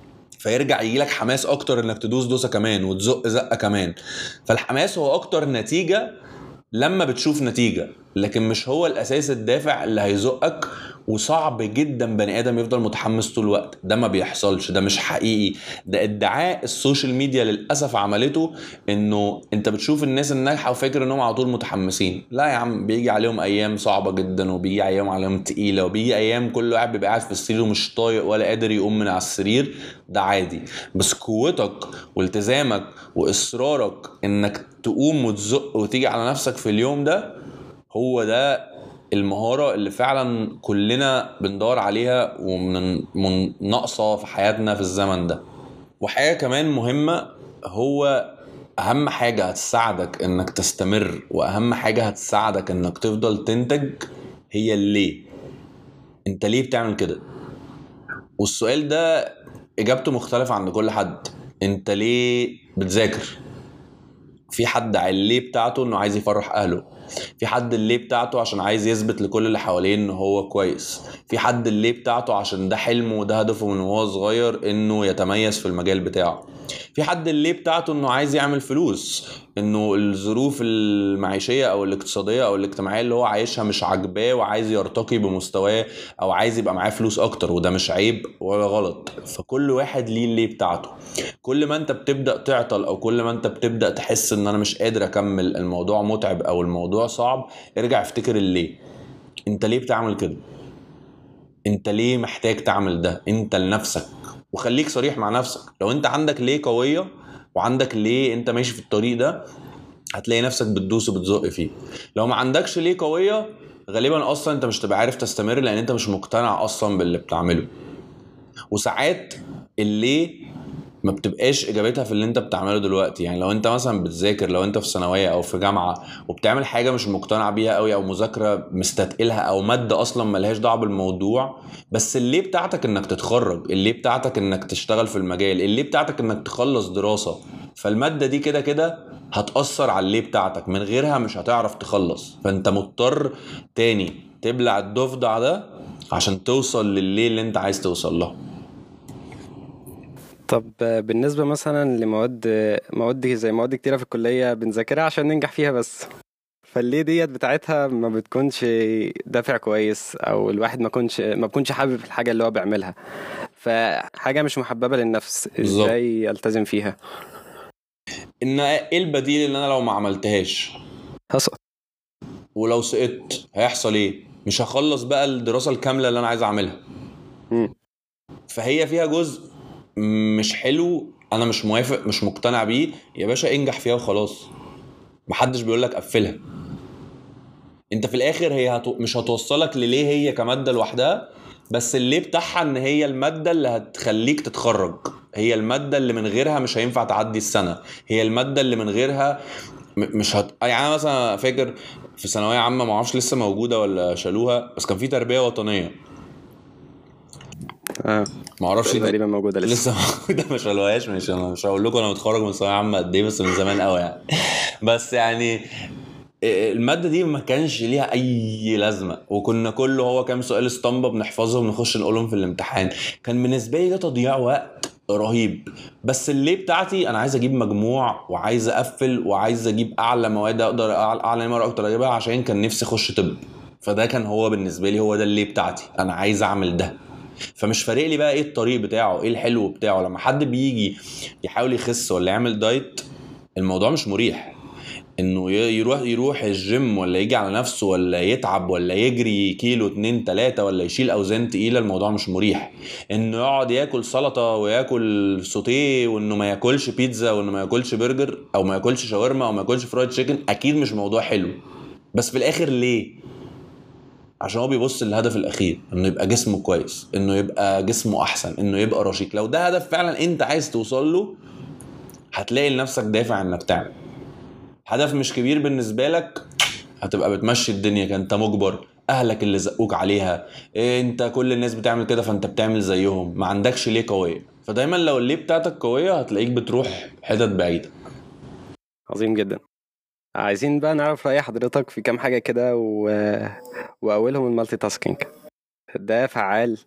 فيرجع يجي لك حماس اكتر انك تدوس دوسه كمان وتزق زقه كمان. فالحماس هو اكتر نتيجه لما بتشوف نتيجة، لكن مش هو الأساس الدافع اللي هيزقك. وصعب جدا بني آدم يفضل متحمس طول الوقت، ده ما بيحصلش، ده مش حقيقي، ده ادعاء السوشيال ميديا للأسف عملته. انه انت بتشوف الناس الناجحة وفاكر انهم على طول متحمسين. لا يا عم، بيجي عليهم ايام صعبة جدا، وبيجي ايام عليهم تقيلة، وبيجي ايام كل واحد بيبقى قاعد في السرير ومش طايق ولا قادر يقوم من على السرير. ده عادي. بس قوتك والتزامك واصرارك انك تقوم وتزق وتيجي على نفسك في اليوم ده، هو ده المهارة اللي فعلا كلنا بندور عليها ومن ناقصة في حياتنا في الزمن ده. وحاجة كمان مهمة، هو أهم حاجة هتساعدك إنك تستمر وأهم حاجة هتساعدك إنك تفضل تنتج هي الليه. أنت ليه بتعمل كده؟ والسؤال ده إجابته مختلفة عند كل حد. أنت ليه بتذاكر؟ في حد عليه بتاعته انه عايز يفرح اهله، في حد اللي بتاعته عشان عايز يثبت لكل اللي حواليه ان هو كويس، في حد اللي بتاعته عشان ده حلمه وده هدفه من وهو صغير انه يتميز في المجال بتاعه، في حد اللي بتاعته انه عايز يعمل فلوس، انه الظروف المعيشية او الاقتصادية او الاجتماعية اللي هو عايشها مش عاجباه وعايز يرتقي بمستواه، او عايز يبقى معاه فلوس اكتر، وده مش عيب ولا غلط. فكل واحد ليه اللي بتاعته. كل ما انت بتبدأ تعطل او كل ما انت بتبدأ تحس ان انا مش قادر اكمل، الموضوع متعب او الموضوع صعب، ارجع افتكر الليه. انت ليه بتعمل كده؟ انت ليه محتاج تعمل ده انت لنفسك؟ وخليك صريح مع نفسك. لو انت عندك ليه قوية وعندك ليه انت ماشي في الطريق ده، هتلاقي نفسك بتدوس وبتزق فيه. لو ما عندكش ليه قوية، غالبا اصلا انت مش تبقى عارف تستمر، لان انت مش مقتنع اصلا باللي بتعمله. وساعات الليه ما بتبقاش اجابتها في اللي انت بتعمله دلوقتي. يعني لو انت مثلا بتذاكر، لو انت في ثانويه او في جامعه وبتعمل حاجه مش مقتنع بيها قوي، او مذاكره مستثقلها، او ماده اصلا ملهاش دعوه بالموضوع، بس اللي بتاعتك انك تتخرج، اللي بتاعتك انك تشتغل في المجال، اللي بتاعتك انك تخلص دراسه، فالماده دي كده كده هتأثر على اللي بتاعتك، من غيرها مش هتعرف تخلص. فانت مضطر تاني تبلع الضفدع ده عشان توصل للي اللي انت عايز توصل له. طب بالنسبة مثلا مواد زي مواد كتيرة في الكلية بنذاكرها عشان ننجح فيها بس، فالليه ديت بتاعتها ما بتكونش دافع كويس، او الواحد ما بكونش حابب الحاجة اللي هو بيعملها، فحاجة مش محببة للنفس، بالظبط. ازاي يلتزم فيها؟ ان ايه البديل اللي انا لو ما عملتهاش؟ هسقط. ولو سقطت هيحصل ايه؟ مش هخلص بقى الدراسة الكاملة اللي انا عايز اعملها. مم. فهي فيها جزء مش حلو، انا مش موافق مش مقتنع بيه، يا باشا انجح فيها وخلاص، محدش بيقولك قفلها. انت في الاخر هي مش هتوصلك لليه هي كمادة لوحدها، بس اللي بتاعها ان هي المادة اللي هتخليك تتخرج، هي المادة اللي من غيرها مش هينفع تعدي السنة، هي المادة اللي من غيرها مش يعني انا مثلا فاكر في ثانوية عامة، ما اعرفش لسه موجودة ولا شالوها، بس كان في تربية وطنية. ما اعرفش تقريبا موجودة لسه موجودة، ما شالوهاش. مش هقول لكم انا متخرج من ثانوية عامة قد ايه، بس من زمان قوي يعني. بس يعني المادة دي ما كانش ليها أي لازمة، وكنا كله هو كام سؤال اسطمبة بنحفظهم نخش نقولهم في الامتحان. كان بالنسبة لي ده تضييع وقت رهيب. بس اللي بتاعتي أنا عايز أجيب مجموع وعايز أقفل وعايز أجيب أعلى مواد أقدر، أعلى مرة أقدر أجيبها، عشان كان نفسي أخش طب. فده كان هو بالنسبة لي هو ده اللي بتاعتي، أنا عايز أعمل ده. فمش فارق لي بقى ايه الطريق بتاعه، ايه الحلو بتاعه. لما حد بيجي يحاول يخس ولا يعمل دايت، الموضوع مش مريح. انه يروح الجيم ولا يجي على نفسه ولا يتعب ولا يجري كيلو 2 3 ولا يشيل اوزان تقيله، الموضوع مش مريح. انه يقعد ياكل سلطه وياكل سوتيه، وانه ما ياكلش بيتزا، وانه ما ياكلش برجر، او ما ياكلش شاورما، او ما ياكلش فرايد تشيكن، اكيد مش موضوع حلو. بس في الاخر ليه؟ عشان هو بيبص للهدف الاخير، انه يبقى جسمه كويس، انه يبقى جسمه احسن، انه يبقى رشيق. لو ده هدف فعلا انت عايز توصل له، هتلاقي لنفسك دافع انك تعمل. هدف مش كبير بالنسبه لك، هتبقى بتمشي الدنيا كان انت مجبر، اهلك اللي زقوك عليها، إيه انت كل الناس بتعمل كده فانت بتعمل زيهم، ما عندكش ليه قويه. فدايما لو الليه بتاعتك قويه هتلاقيك بتروح حتت بعيده. عظيم جدا. عايزين بقى نعرف رأي حضرتك في كام حاجة كده وأولهم المالتي تاسكينج. ده فعال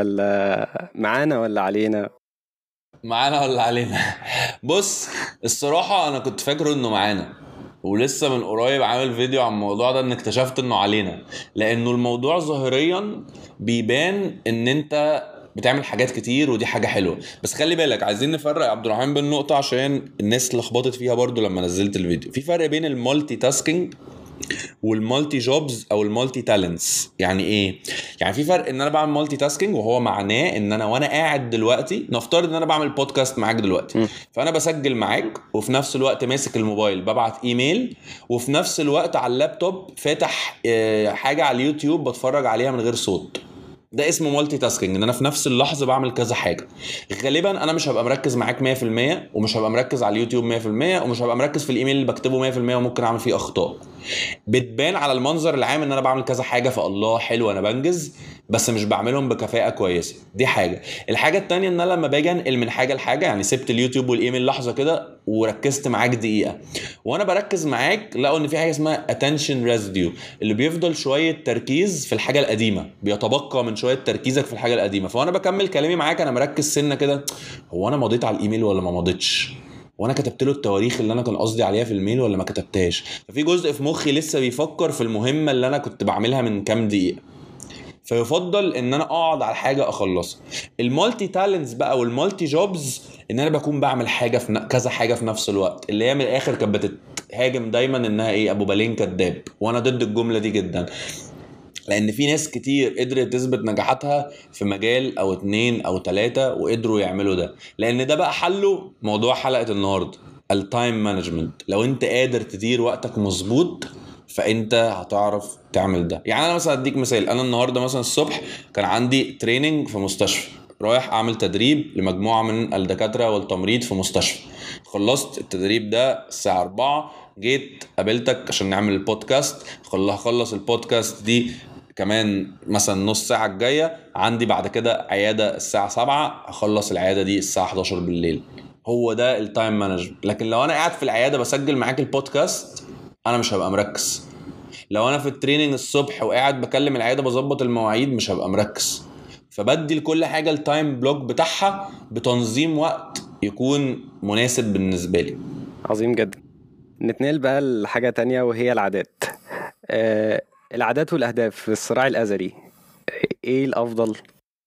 ولا معانا ولا علينا؟ معانا ولا علينا؟ بص، الصراحه انا كنت فاكره انه معانا، ولسه من قريب عامل فيديو عن الموضوع ده ان اكتشفت انه علينا. لانه الموضوع ظاهريا بيبان ان انت بتعمل حاجات كتير ودي حاجة حلوة، بس خلي بالك عايزين نفرق يا عبد الرحمن بين نقطة عشان الناس لخبطت فيها برضو لما نزلت الفيديو. في فرق بين المالتي تاسكينج والمالتي جوبز او المالتي تالنتس. يعني ايه؟ يعني في فرق ان انا بعمل مالتي تاسكينج، وهو معناه ان انا وانا قاعد دلوقتي، نفترض ان انا بعمل بودكاست معاك دلوقتي، فانا بسجل معاك وفي نفس الوقت ماسك الموبايل ببعت ايميل، وفي نفس الوقت على اللابتوب فاتح حاجة على اليوتيوب بتفرج عليها من غير صوت. ده اسمه مالتي تاسكينج، ان انا في نفس اللحظه بعمل كذا حاجه. غالبا انا مش هبقى مركز معاك 100%، ومش هبقى مركز على اليوتيوب 100%، ومش هبقى مركز في الايميل اللي بكتبه 100%، وممكن اعمل فيه اخطاء. بتبان على المنظر العام ان انا بعمل كذا حاجه، فالله حلو انا بنجز، بس مش بعملهم بكفاءه كويسه. دي حاجه. الحاجه التانية ان انا لما باجي انقل من حاجه لحاجه، يعني سبت اليوتيوب والايميل لحظه كده وركزت معاك دقيقه، وانا بركز معاك لقوا ان في حاجه اسمها attention residue، اللي بيفضل شويه تركيز في الحاجه القديمه، بيتبقى من شويه تركيزك في الحاجه القديمه. فانا بكمل كلامي معاك انا مركز سنه كده، هو انا مضيت على الايميل ولا ما مضيتش، وانا كتبت له التواريخ اللي انا كان قصدي عليها في الميل ولا ما كتبتهاش. ففي جزء في مخي لسه بيفكر في المهمه اللي انا كنت بعملها من كام دقيقه، فيفضل ان انا اقعد على حاجه اخلصها. المالتي تالنتس بقى والمالتي جوبز، ان انا بكون بعمل حاجه في كذا حاجه في نفس الوقت، اللي هي من الاخر كانت بتتهاجم دايما انها ايه، ابو بالين كداب، وانا ضد الجمله دي جدا. لان في ناس كتير قدرت تثبت نجاحاتها في مجال او 2 أو 3 وقدروا يعملوا ده، لان ده بقى حله موضوع حلقة النهاردة، التايم مانجمنت. لو انت قادر تدير وقتك مظبوط فانت هتعرف تعمل ده. يعني انا مثلا اديك مثال، انا النهارده مثلا الصبح كان عندي تريننج في مستشفى، رايح اعمل تدريب لمجموعة من الدكاترة والتمريض في مستشفى. خلصت التدريب ده الساعة 4، جيت قابلتك عشان نعمل البودكاست. هخلص البودكاست دي كمان مثلا نص ساعة الجاية، عندي بعد كده عيادة الساعة 7، هخلص العيادة دي الساعة 11 بالليل. هو ده التايم مانجمنت. لكن لو انا قاعد في العيادة بسجل معاك البودكاست، انا مش هبقى مركز. لو انا في التريننج الصبح وقاعد بكلم العيادة بظبط المواعيد، مش هبقى مركز. فبدي لكل حاجة التايم بلوك بتاعها بتنظيم وقت يكون مناسب بالنسبة لي. عظيم جدا. نتنقل بقى لحاجة تانية وهي العادات. العادات والأهداف في الصراع الأزلي، ايه الأفضل؟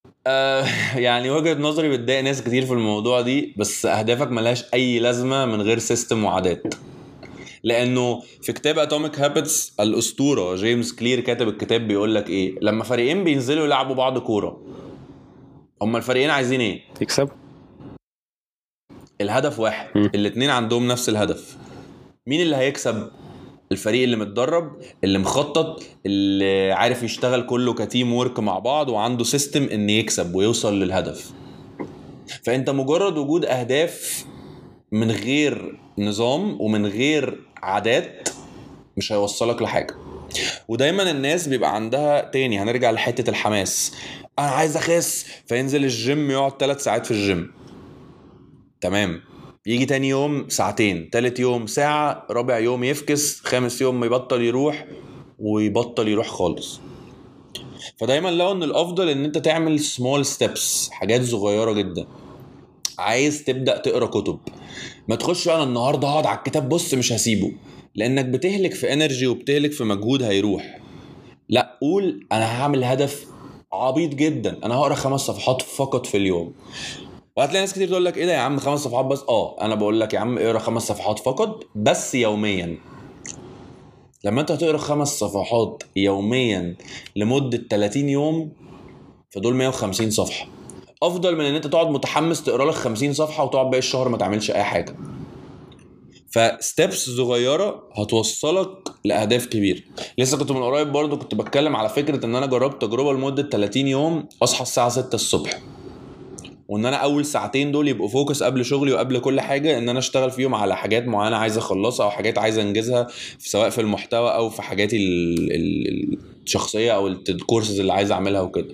يعني وجهة نظري بتضايق ناس كتير في الموضوع دي، بس أهدافك ملهاش أي لازمة من غير سيستم وعادات. لأنه في كتاب اتوميك هابتس الأسطورة جيمس كلير كاتب الكتاب بيقول لك إيه، لما فريقين بينزلوا يلعبوا بعض كورة، هما الفريقين عايزين ايه؟ تكسب. الهدف واحد، الاتنين عندهم نفس الهدف. مين اللي هيكسب؟ الفريق اللي متدرب، اللي مخطط، اللي عارف يشتغل كله كتيم وورك مع بعض وعنده سيستم ان يكسب ويوصل للهدف. فانت مجرد وجود اهداف من غير نظام ومن غير عادات مش هيوصلك لحاجة. ودايما الناس بيبقى عندها تاني، هنرجع لحتة الحماس، انا عايز اخس، فينزل الجيم يقعد 3 ساعات في الجيم، تمام، يجي تاني يوم ساعتين، تالت يوم ساعة، رابع يوم يفكس، خامس يوم يبطل يروح ويبطل يروح خالص. فدايما لو ان الافضل ان انت تعمل سمول ستيبس، حاجات صغيرة جدا. عايز تبدأ تقرا كتب، ما تخش انا النهارده هقعد على الكتاب بص مش هسيبه، لانك بتهلك في انرجي وبتهلك في مجهود هيروح. لا، قول انا هعمل هدف عبيط جدا، انا هقرا 5 صفحات فقط في اليوم. وهتلاقي ناس كتير تقول لك ايه ده يا عم 5 صفحات بس؟ انا بقول لك يا عم اقرا 5 صفحات فقط بس يوميا. لما انت هتقرا 5 صفحات يوميا لمده 30 يوم، فدول 150 صفحه، افضل من ان انت تقعد متحمس تقرا لك 50 صفحه وتقعد باقي الشهر ما تعملش اي حاجه. فستبس صغيره هتوصلك لاهداف كبيره. لسه كنت من قريب برضو كنت بتكلم على فكره ان انا جربت تجربه لمده 30 يوم اصحى الساعه 6 الصبح، وان انا اول ساعتين دول يبقوا فوكس قبل شغلي وقبل كل حاجه ان انا اشتغل فيهم على حاجات معينه عايز اخلصها او حاجات عايز انجزها، سواء في المحتوى او في حاجاتي الشخصيه او الكورسز اللي عايز اعملها وكده.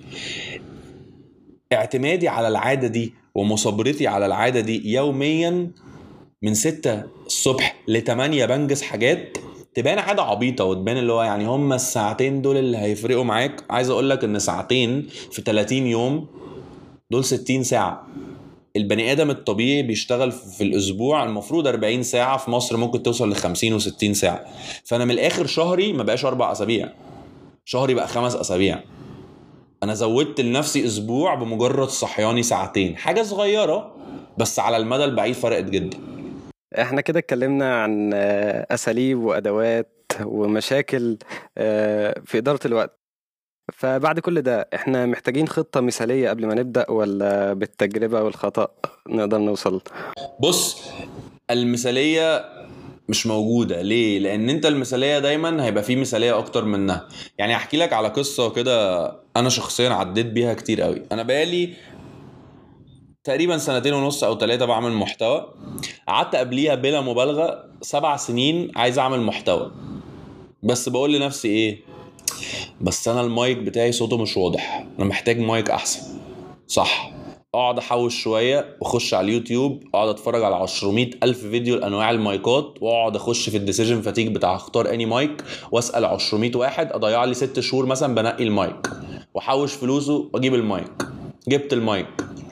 اعتمادي على العاده دي ومصابرتي على العاده دي يوميا من 6 الصبح ل 8 بنجز حاجات، تبان عادة عبيطة وتبان اللي هو يعني هم الساعتين دول اللي هيفرقوا معاك. عايز اقولك ان ساعتين في 30 يوم دول 60 ساعة. البني ادم الطبيعي بيشتغل في الاسبوع المفروض 40 ساعة، في مصر ممكن توصل ل 50 و60 ساعة. فانا من الاخر شهري ما بقاش 4 اسابيع، شهري بقى 5 اسابيع. انا زودت لنفسي اسبوع بمجرد صحياني ساعتين، حاجة صغيرة بس على المدى البعيد فرقت جدا. احنا كده اتكلمنا عن اساليب وادوات ومشاكل في اداره الوقت. فبعد كل ده احنا محتاجين خطه مثاليه قبل ما نبدا، ولا بالتجربه والخطا نقدر نوصل؟ بص، المثالية مش موجودة. ليه؟ لأن أنت المثالية دايما هيبقى فيه مثالية أكتر منها. يعني أحكي لك على قصة كده أنا شخصيا عديت بيها كتير قوي. أنا بقالي تقريبا 2.5 أو 3 بعمل محتوى. قعدت قبليها بلا مبالغة 7 سنين عايز أعمل محتوى، بس بقول لنفسي إيه؟ بس أنا المايك بتاعي صوته مش واضح، أنا محتاج مايك أحسن. صح، اقعد احوش شويه واخش على اليوتيوب، اقعد اتفرج على 200 الف فيديو لانواع المايكات، واقعد اخش في الديسيجن فاتيج بتاع اختار اني مايك، واسال 200 واحد، اضيع لي 6 شهور مثلا بنقي المايك واحوش فلوسه واجيب المايك. جبت المايك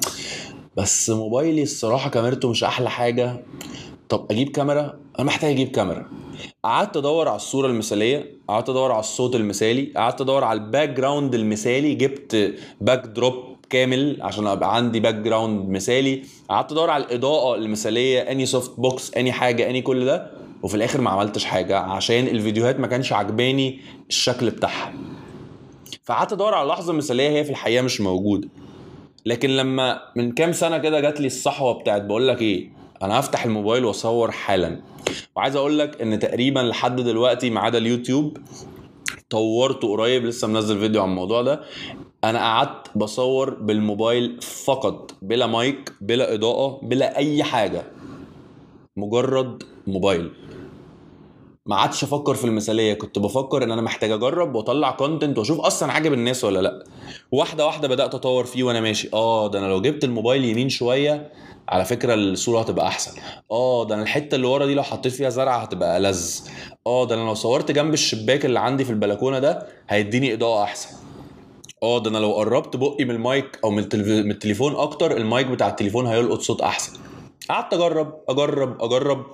بس موبايلي الصراحه كاميرته مش احلى حاجه. طب اجيب كاميرا، انا محتاج اجيب كاميرا. قعدت ادور على الصوره المثاليه، قعدت ادور على الصوت المثالي، قعدت ادور على الباك جراوند المثالي، جبت باك دروب كامل عشان ابقى عندي باك جراوند مثالي، قعدت ادور على الاضاءه المثاليه، اني سوفت بوكس، اني حاجه، اني كل ده، وفي الاخر ما عملتش حاجه عشان الفيديوهات ما كانش عجباني الشكل بتاعها. فقعدت ادور على لحظه مثاليه هي في الحقيقه مش موجوده. لكن لما من كام سنه كده جات لي الصحوه بتاعت بقول لك ايه، انا هفتح الموبايل واصور حالا. وعايز اقول لك ان تقريبا لحد دلوقتي ما عدا اليوتيوب طورته قريب، لسه منزل فيديو عن الموضوع ده، انا قعدت بصور بالموبايل فقط، بلا مايك، بلا اضاءة، بلا اي حاجة، مجرد موبايل. ما عادش افكر في المثالية، كنت بفكر ان انا محتاج اجرب واطلع كونتنت واشوف اصلا عاجب الناس ولا لا. واحدة واحدة بدأت اطور فيه وانا ماشي. ده انا لو جبت الموبايل يمين شوية على فكرة الصورة هتبقى احسن. ده انا الحتة اللي ورا دي لو حطيت فيها زرعة هتبقى ألذ. ده انا لو صورت جنب الشباك اللي عندي في البلكونة ده هيديني اضاءة احسن. ده انا لو قربت بقي من المايك او من التليفون اكتر، المايك بتاع التليفون هيلقط صوت احسن. قعدت اجرب اجرب اجرب،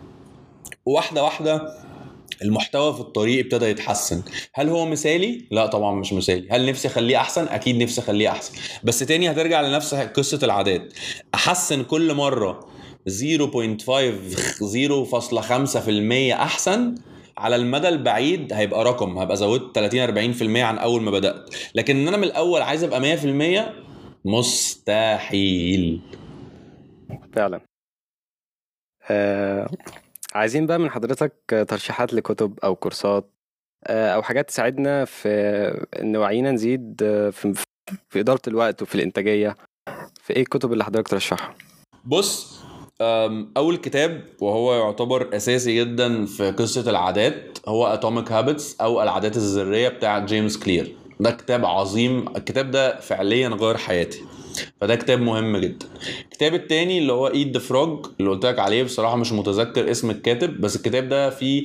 واحدة واحدة المحتوى في الطريق ابتدى يتحسن. هل هو مثالي؟ لا طبعا مش مثالي. هل نفسي اخليه احسن؟ اكيد نفسي اخليه احسن. بس تاني هترجع لنفس قصة العادات، احسن كل مرة 0.5 0.5% احسن. على المدى البعيد هيبقى رقم، هبقى زودت 30-40% عن اول ما بدأت. لكن ان انا من الاول عايز ابقى 100%، مستحيل. فعلا. آه عايزين بقى من حضرتك ترشيحات لكتب او كورسات او حاجات تساعدنا في ان وعينا نزيد في اداره الوقت وفي الانتاجيه. في ايه الكتب اللي حضرتك ترشحها؟ بص، اول كتاب وهو يعتبر اساسي جدا في قصة العادات هو Atomic Habits او العادات الذرية بتاع جيمس كلير. ده كتاب عظيم، الكتاب ده فعليا غير حياتي، فده كتاب مهم جدا. الكتاب التاني اللي هو Eat the Frog اللي قلت لك عليه، بصراحة مش متذكر اسم الكاتب، بس الكتاب ده فيه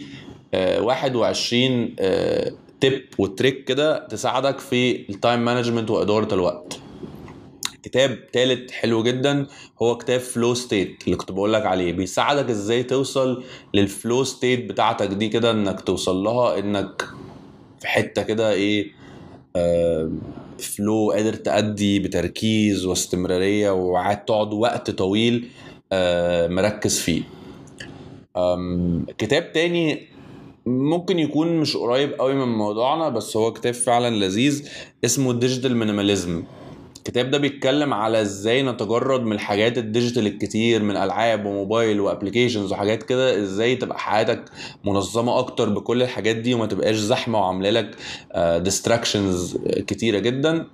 21 تip وتريك كده تساعدك في التايم مانجمنت وإدارة الوقت. كتاب تالت حلو جدا هو كتاب فلو ستيت اللي كنت بقول لك عليه، بيساعدك ازاي توصل للفلو ستيت بتاعتك دي كده، انك توصل لها انك في حتة كده ايه، فلو قادر تأدي بتركيز واستمرارية وقاعد تقعد وقت طويل مركز فيه. كتاب تاني ممكن يكون مش قريب قوي من موضوعنا بس هو كتاب فعلا لذيذ، اسمه ديجيتال مينيماليزم. الكتاب ده بيتكلم على ازاي نتجرد من الحاجات الديجيتال الكتير من العاب وموبايل وابليكيشنز وحاجات كده، ازاي تبقى حياتك منظمه اكتر بكل الحاجات دي وما تبقاش زحمه وعامله لك ديستراكشنز كتيره جدا.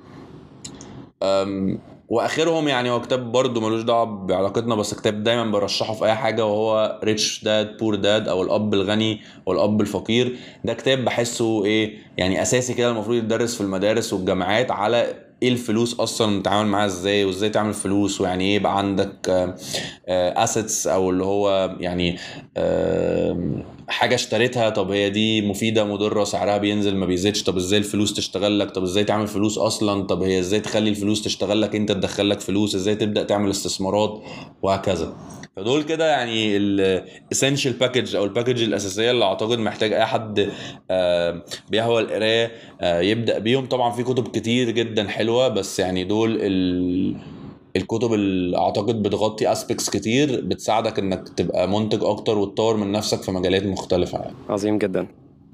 واخرهم يعني هو كتاب برضه ملوش دعوه بعلاقتنا بس كتاب دايما برشحه في اي حاجه، وهو ريتش داد بور داد او الاب الغني والاب الفقير. ده كتاب بحسه ايه يعني اساسي كده، المفروض يدرس في المدارس والجامعات على ايه الفلوس اصلا نتعامل معاها ازاي وازاي تعمل فلوس، ويعني ايه يبقى عندك اسيتس او اللي هو يعني حاجه اشتريتها، طب هي دي مفيده مضره سعرها بينزل ما بيزيدش، طب ازاي الفلوس تشتغل لك، طب ازاي تعمل فلوس اصلا، طب هي ازاي تخلي الفلوس تشتغل لك انت تدخل لك فلوس، ازاي تبدا تعمل استثمارات وهكذا. فدول كده يعني الاسينشال باكج او الباكج الاساسيه اللي اعتقد محتاج اي حد بيهوى القرايه يبدا بيهم. طبعا في كتب كتير جدا حلوه بس يعني دول الكتب اللي اعتقد بتغطي اسبيكتس كتير بتساعدك انك تبقى منتج اكتر وتطور من نفسك في مجالات مختلفه يعني. عظيم جدا.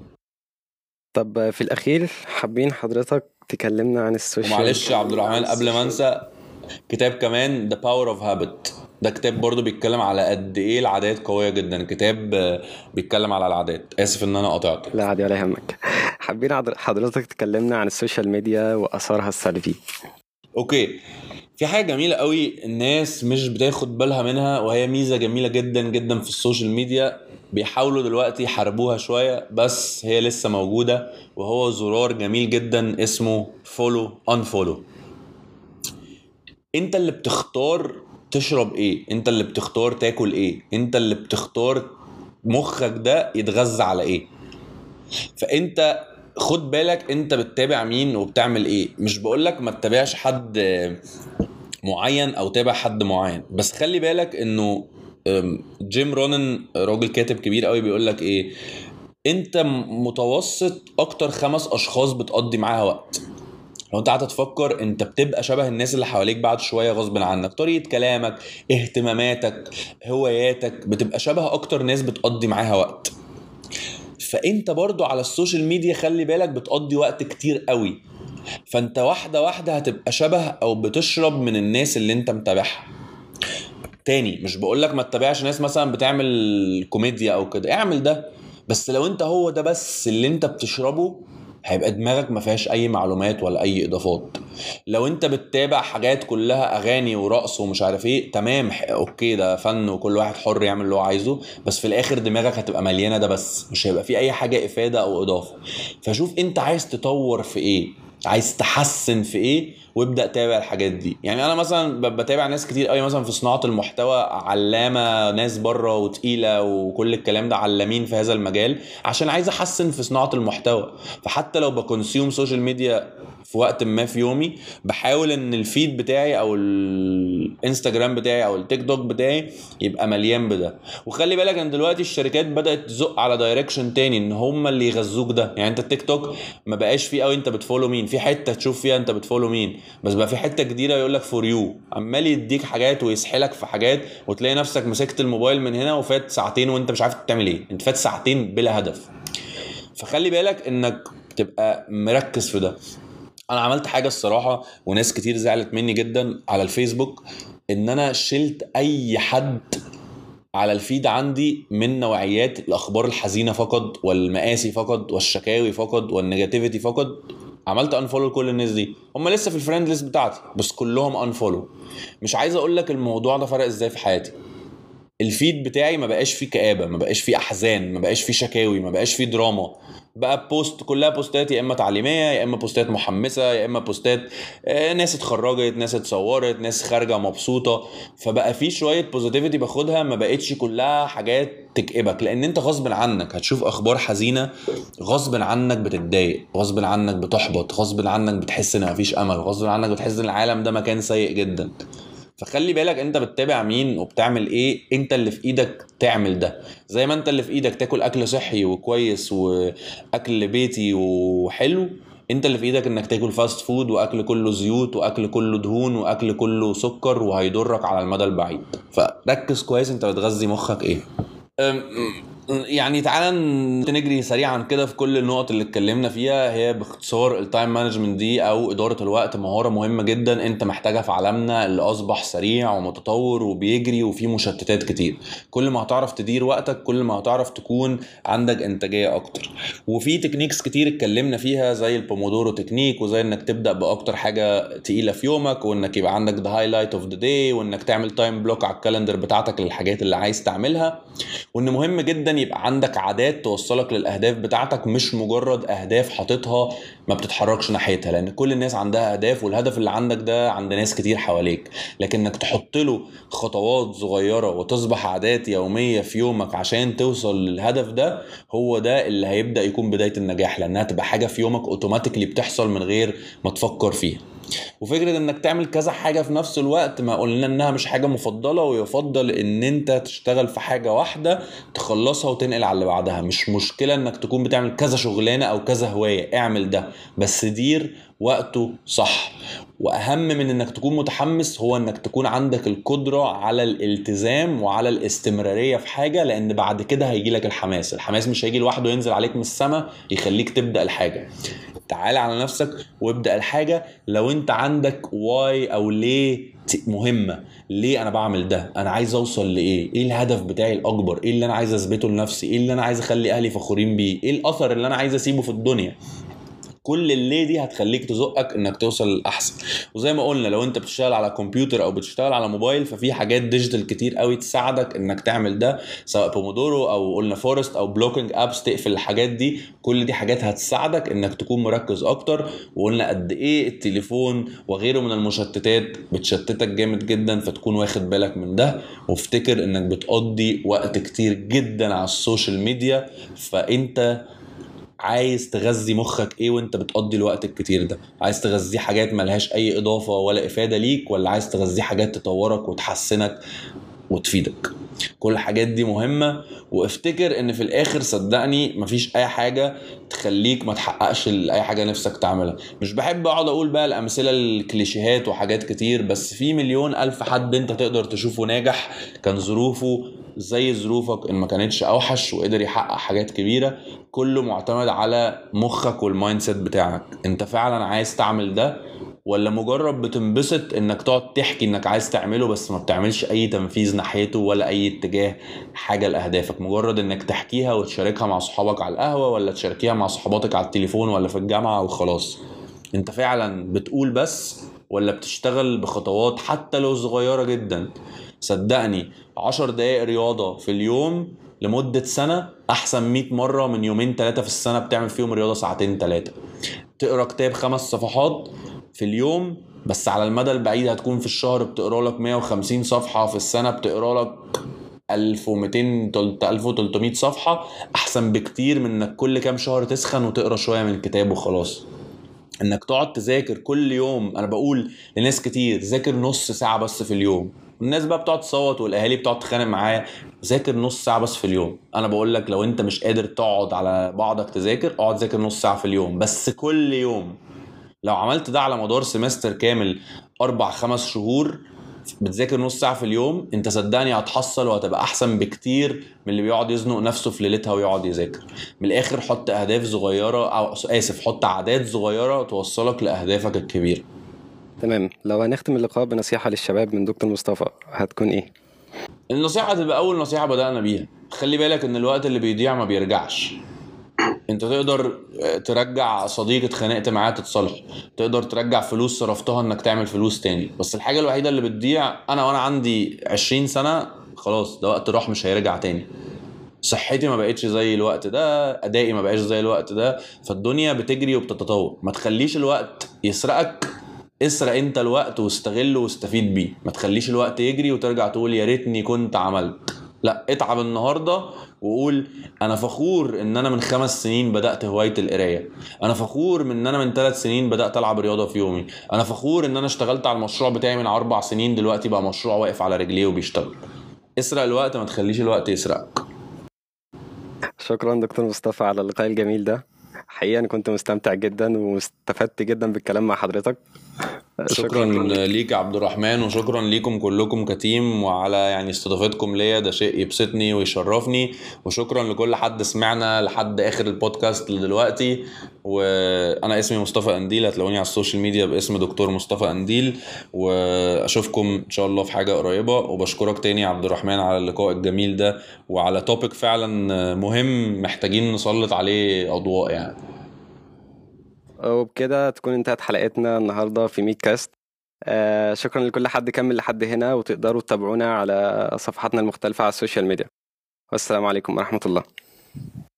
طب في الاخير حابين حضرتك تكلمنا عن السوشيال. ومعلش يا عبد الرحمن قبل ما انسى، كتاب كمان The Power of Habit، ده كتاب برضو بيتكلم على قد ايه العادات قوية جدا. كتاب بيتكلم على العادات. اسف ان انا قطعت. لا عادي ولا يهمك. حابين حضرتك تكلمنا عن السوشيال ميديا واثارها السلبي. اوكي، في حاجة جميلة قوي الناس مش بتاخد بالها منها، وهي ميزة جميلة جدا جدا في السوشيال ميديا، بيحاولوا دلوقتي يحاربوها شوية بس هي لسه موجودة، وهو زرار جميل جدا اسمه follow unfollow. انت اللي بتختار تشرب ايه، انت اللي بتختار تاكل ايه، انت اللي بتختار مخك ده يتغذى على ايه. فانت خد بالك انت بتتابع مين وبتعمل ايه. مش بقولك ما تتابعش حد معين او تابع حد معين، بس خلي بالك انه جيم رونن راجل كاتب كبير قوي بيقولك ايه، انت متوسط اكتر 5 اشخاص بتقضي معاها وقت. لو انت قعدت تفكر انت بتبقى شبه الناس اللي حواليك بعد شويه غصب عنك، طريقه كلامك، اهتماماتك، هواياتك، بتبقى شبه اكتر ناس بتقضي معاها وقت. فانت برضو على السوشيال ميديا خلي بالك بتقضي وقت كتير قوي، فانت واحده واحده هتبقى شبه او بتشرب من الناس اللي انت متابعها. تاني مش بقولك ما تتابعش ناس مثلا بتعمل كوميديا او كده، اعمل ده، بس لو انت هو ده بس اللي انت بتشربه هيبقى دماغك ما فيهاش اي معلومات ولا اي اضافات. لو انت بتتابع حاجات كلها اغاني ورقص ومش عارف ايه، تمام اوكي ده فن وكل واحد حر يعمل اللي هو عايزه، بس في الاخر دماغك هتبقى مليانه ده بس، مش هيبقى في اي حاجه افاده او اضافه. فشوف انت عايز تطور في ايه، عايز تحسن في ايه، وابدا تابع الحاجات دي. يعني انا مثلا بتابع ناس كتير قوي مثلا في صناعه المحتوى، علامه ناس بره وتقيله وكل الكلام ده، علامين في هذا المجال، عشان عايز احسن في صناعه المحتوى. فحتى لو بكونسيوم سوشيال ميديا في وقت ما في يومي، بحاول ان الفيد بتاعي او الانستجرام بتاعي او التيك توك بتاعي يبقى مليان بده. وخلي بالك ان دلوقتي الشركات بدات تزق على دايركشن تاني، ان هم اللي يغذوك ده. يعني انت التيك توك ما بقاش فيه قوي انت بتفولو مين، في حته تشوف فيها انت بتفولو مين، بس بقى في حته جديده يقول لك فور يو، عمال يديك حاجات ويسحلك في حاجات، وتلاقي نفسك مسكت الموبايل من هنا وفات ساعتين وانت مش عارف تعمل ايه، انت فات ساعتين بلا هدف. فخلي بالك انك تبقى مركز في ده. انا عملت حاجه الصراحه وناس كتير زعلت مني جدا على الفيسبوك، ان انا شلت اي حد على الفيد عندي من نوعيات الاخبار الحزينه فقط والمآسي فقط والشكاوي فقط والنيجاتيفيتي فقط. عملت انفولو لكل الناس دي، هم لسه في الفريند ليست بتاعتي بس كلهم انفولو. مش عايز اقول لك الموضوع ده فرق ازاي في حياتي. الفيد بتاعي ما بقاش فيه كآبة، ما بقاش فيه احزان، ما بقاش فيه شكاوي، ما بقاش فيه دراما. بقى بوست كلها بوستات يا اما تعليميه يا اما بوستات محمسه يا اما بوستات ناس اتخرجت، ناس اتصورت، ناس خارجه مبسوطه. فبقى في شويه بوزيتيفيتي باخدها، ما بقتش كلها حاجات تكئبك، لان انت غصب عنك هتشوف اخبار حزينه، غصب عنك بتتضايق، غصب عنك بتحبط، غصب عنك بتحس ان مفيش امل، غصب عنك بتحس ان العالم ده مكان سيء جدا. فخلي بالك انت بتتابع مين وبتعمل ايه. انت اللي في ايدك تعمل ده، زي ما انت اللي في ايدك تاكل اكل صحي وكويس واكل بيتي وحلو، انت اللي في ايدك انك تاكل فاست فود واكل كله زيوت واكل كله دهون واكل كله سكر وهيضرك على المدى البعيد. فركز كويس انت بتغذي مخك ايه. يعني تعالى نجري سريعا كده في كل النقط اللي اتكلمنا فيها. هي باختصار التايم مانجمنت دي او اداره الوقت مهاره مهمه جدا انت محتاجها في عالمنا اللي اصبح سريع ومتطور وبيجري وفيه مشتتات كتير. كل ما هتعرف تدير وقتك كل ما هتعرف تكون عندك انتاجيه اكتر. وفي تكنيكس كتير اتكلمنا فيها زي البومودورو تكنيك، وزي انك تبدا باكتر حاجه تقيله في يومك، وانك يبقى عندك ذا هايلايت اوف ذا داي، وانك تعمل تايم بلوك على الكالندر بتاعتك للحاجات اللي عايز تعملها. وان مهم جدا يبقى عندك عادات توصلك للاهداف بتاعتك، مش مجرد اهداف حاططها ما بتتحركش ناحيتها، لان كل الناس عندها اهداف والهدف اللي عندك ده عند ناس كتير حواليك. لكن انك تحط له خطوات صغيره وتصبح عادات يوميه في يومك عشان توصل للهدف ده، هو ده اللي هيبدا يكون بدايه النجاح، لانها تبقى حاجه في يومك اوتوماتيكلي بتحصل من غير ما تفكر فيها. وفكرة انك تعمل كذا حاجة في نفس الوقت ما قلنا انها مش حاجة مفضلة، ويفضل ان انت تشتغل في حاجة واحدة تخلصها وتنقل على اللي بعدها. مش مشكلة انك تكون بتعمل كذا شغلانة او كذا هواية، اعمل ده بس دير وقته صح. واهم من انك تكون متحمس هو انك تكون عندك القدرة على الالتزام وعلى الاستمرارية في حاجة، لان بعد كده هيجيلك الحماس. الحماس مش هيجي لوحده ينزل عليك من السماء يخليك تبدأ الحاجة. تعال على نفسك وابدأ الحاجة لو انت عندك واي او ليه مهمة. ليه انا بعمل ده؟ انا عايز اوصل لايه؟ ايه الهدف بتاعي الاكبر؟ ايه اللي انا عايز اثبته لنفسي؟ ايه اللي انا عايز اخلي اهلي فخورين بيه؟ ايه الاثر اللي انا عايز اسيبه في الدنيا؟ كل اللي دي هتخليك تزقك انك توصل للاحسن. وزي ما قلنا لو انت بتشتغل على كمبيوتر او بتشتغل على موبايل ففي حاجات ديجيتال كتير قوي تساعدك انك تعمل ده، سواء بومودورو او قلنا فورست او بلوكينج ابس تقفل الحاجات دي. كل دي حاجات هتساعدك انك تكون مركز اكتر. وقلنا قد ايه التليفون وغيره من المشتتات بتشتتك جامد جدا، فتكون واخد بالك من ده. وافتكر انك بتقضي وقت كتير جدا على السوشيال ميديا، فانت عايز تغذي مخك ايه وانت بتقضي الوقت الكتير ده؟ عايز تغذيه حاجات ملهاش اي اضافة ولا افادة ليك، ولا عايز تغذيه حاجات تطورك وتحسنك وتفيدك؟ كل الحاجات دي مهمة. وافتكر ان في الاخر صدقني مفيش اي حاجة تخليك ما تحققش اي حاجة نفسك تعملها. مش بحب اقعد اقول بقى الامثلة الكليشيهات وحاجات كتير، بس في مليون الف حد انت تقدر تشوفه ناجح كان ظروفه زي ظروفك ان ما كانتش اوحش وقدر يحقق حاجات كبيرة. كله معتمد على مخك والمايند سيت بتاعك. انت فعلا عايز تعمل ده، ولا مجرد بتنبسط انك تقعد تحكي انك عايز تعمله بس ما بتعملش اي تنفيذ ناحيته ولا اي اتجاه حاجة لأهدافك؟ مجرد انك تحكيها وتشاركها مع صحابك على القهوة، ولا تشاركيها مع صحاباتك على التليفون ولا في الجامعة وخلاص؟ انت فعلا بتقول بس، ولا بتشتغل بخطوات حتى لو صغيرة جدا؟ صدقني 10 دقايق رياضة في اليوم لمدة سنة أحسن 100 مرة من يومين 3 في السنة بتعمل فيهم رياضة ساعتين 3. تقرأ كتاب 5 صفحات في اليوم بس على المدى البعيد هتكون في الشهر بتقرأ لك 150 صفحة، في السنة بتقرأ لك 1200 1300 صفحة. أحسن بكتير من إنك كل كام شهر تسخن وتقرأ شوية من الكتاب وخلاص. انك تقعد تذاكر كل يوم، انا بقول لناس كتير ذاكر نص ساعة بس في اليوم. الناس بقى بتقعد تصوت والاهالي بتقعد تخانق معايا. ذاكر نص ساعة بس في اليوم. انا بقول لك لو انت مش قادر تقعد على بعضك تذاكر، اقعد ذاكر نص ساعة في اليوم بس كل يوم. لو عملت ده على مدار سمستر كامل 4-5 شهور بتذاكر نص ساعه في اليوم، انت صدقني هتحصل وهتبقى احسن بكتير من اللي بيقعد يزنق نفسه في ليلتها ويقعد يذاكر. من الاخر حط اهداف صغيره، او اسف حط عادات صغيره توصلك لاهدافك الكبيره. تمام، لو هنختم اللقاء بنصيحة للشباب من دكتور مصطفى هتكون ايه؟ النصيحه تبقى اول نصيحه بدانا بيها، خلي بالك ان الوقت اللي بيضيع ما بيرجعش. انت تقدر ترجع صديق اتخانقت معاه تتصالح، تقدر ترجع فلوس صرفتها انك تعمل فلوس تاني، بس الحاجة الوحيدة اللي بتضيع، وانا عندي 20 سنة خلاص ده وقت راح مش هيرجع تاني. صحتي ما بقتش زي الوقت ده، ادائي ما بقاش زي الوقت ده، فالدنيا بتجري وبتتطور. ما تخليش الوقت يسرقك، اسرق انت الوقت واستغله واستفيد بيه. ما تخليش الوقت يجري وترجع تقول يا ريتني كنت عملت. لا، اتعب النهارده وقول انا فخور ان انا من 5 سنين بدأت هواية القراية، انا فخور من ان انا من 3 سنين بدأت العب رياضة في يومي، انا فخور ان انا اشتغلت على المشروع بتاعي من 4 سنين دلوقتي بقى مشروع واقف على رجليه وبيشتغل. اسرق الوقت، ما تخليش الوقت يسرقك. شكرا دكتور مصطفى على اللقاء الجميل ده، حقيقة أنا كنت مستمتع جدا واستفدت جدا بالكلام مع حضرتك. شكرا شكرا ليك. ليك يا عبد الرحمن، وشكرا ليكم كلكم كتيم، وعلى يعني استضافتكم ليا، ده شيء يبسطني ويشرفني. وشكرا لكل حد سمعنا لحد اخر البودكاست دلوقتي. وانا اسمي مصطفى قنديل، هتلاقوني على السوشيال ميديا باسم دكتور مصطفى قنديل، واشوفكم ان شاء الله في حاجة قريبة. وبشكرك تاني يا عبد الرحمن على اللقاء الجميل ده، وعلى توبيك فعلا مهم محتاجين نسلط عليه اضواء يعني. وبكده تكون انتهت حلقتنا النهاردة في ميت كاست. شكرا لكل حد كمل لحد هنا، وتقدروا تتابعونا على صفحاتنا المختلفة على السوشيال ميديا. والسلام عليكم ورحمة الله.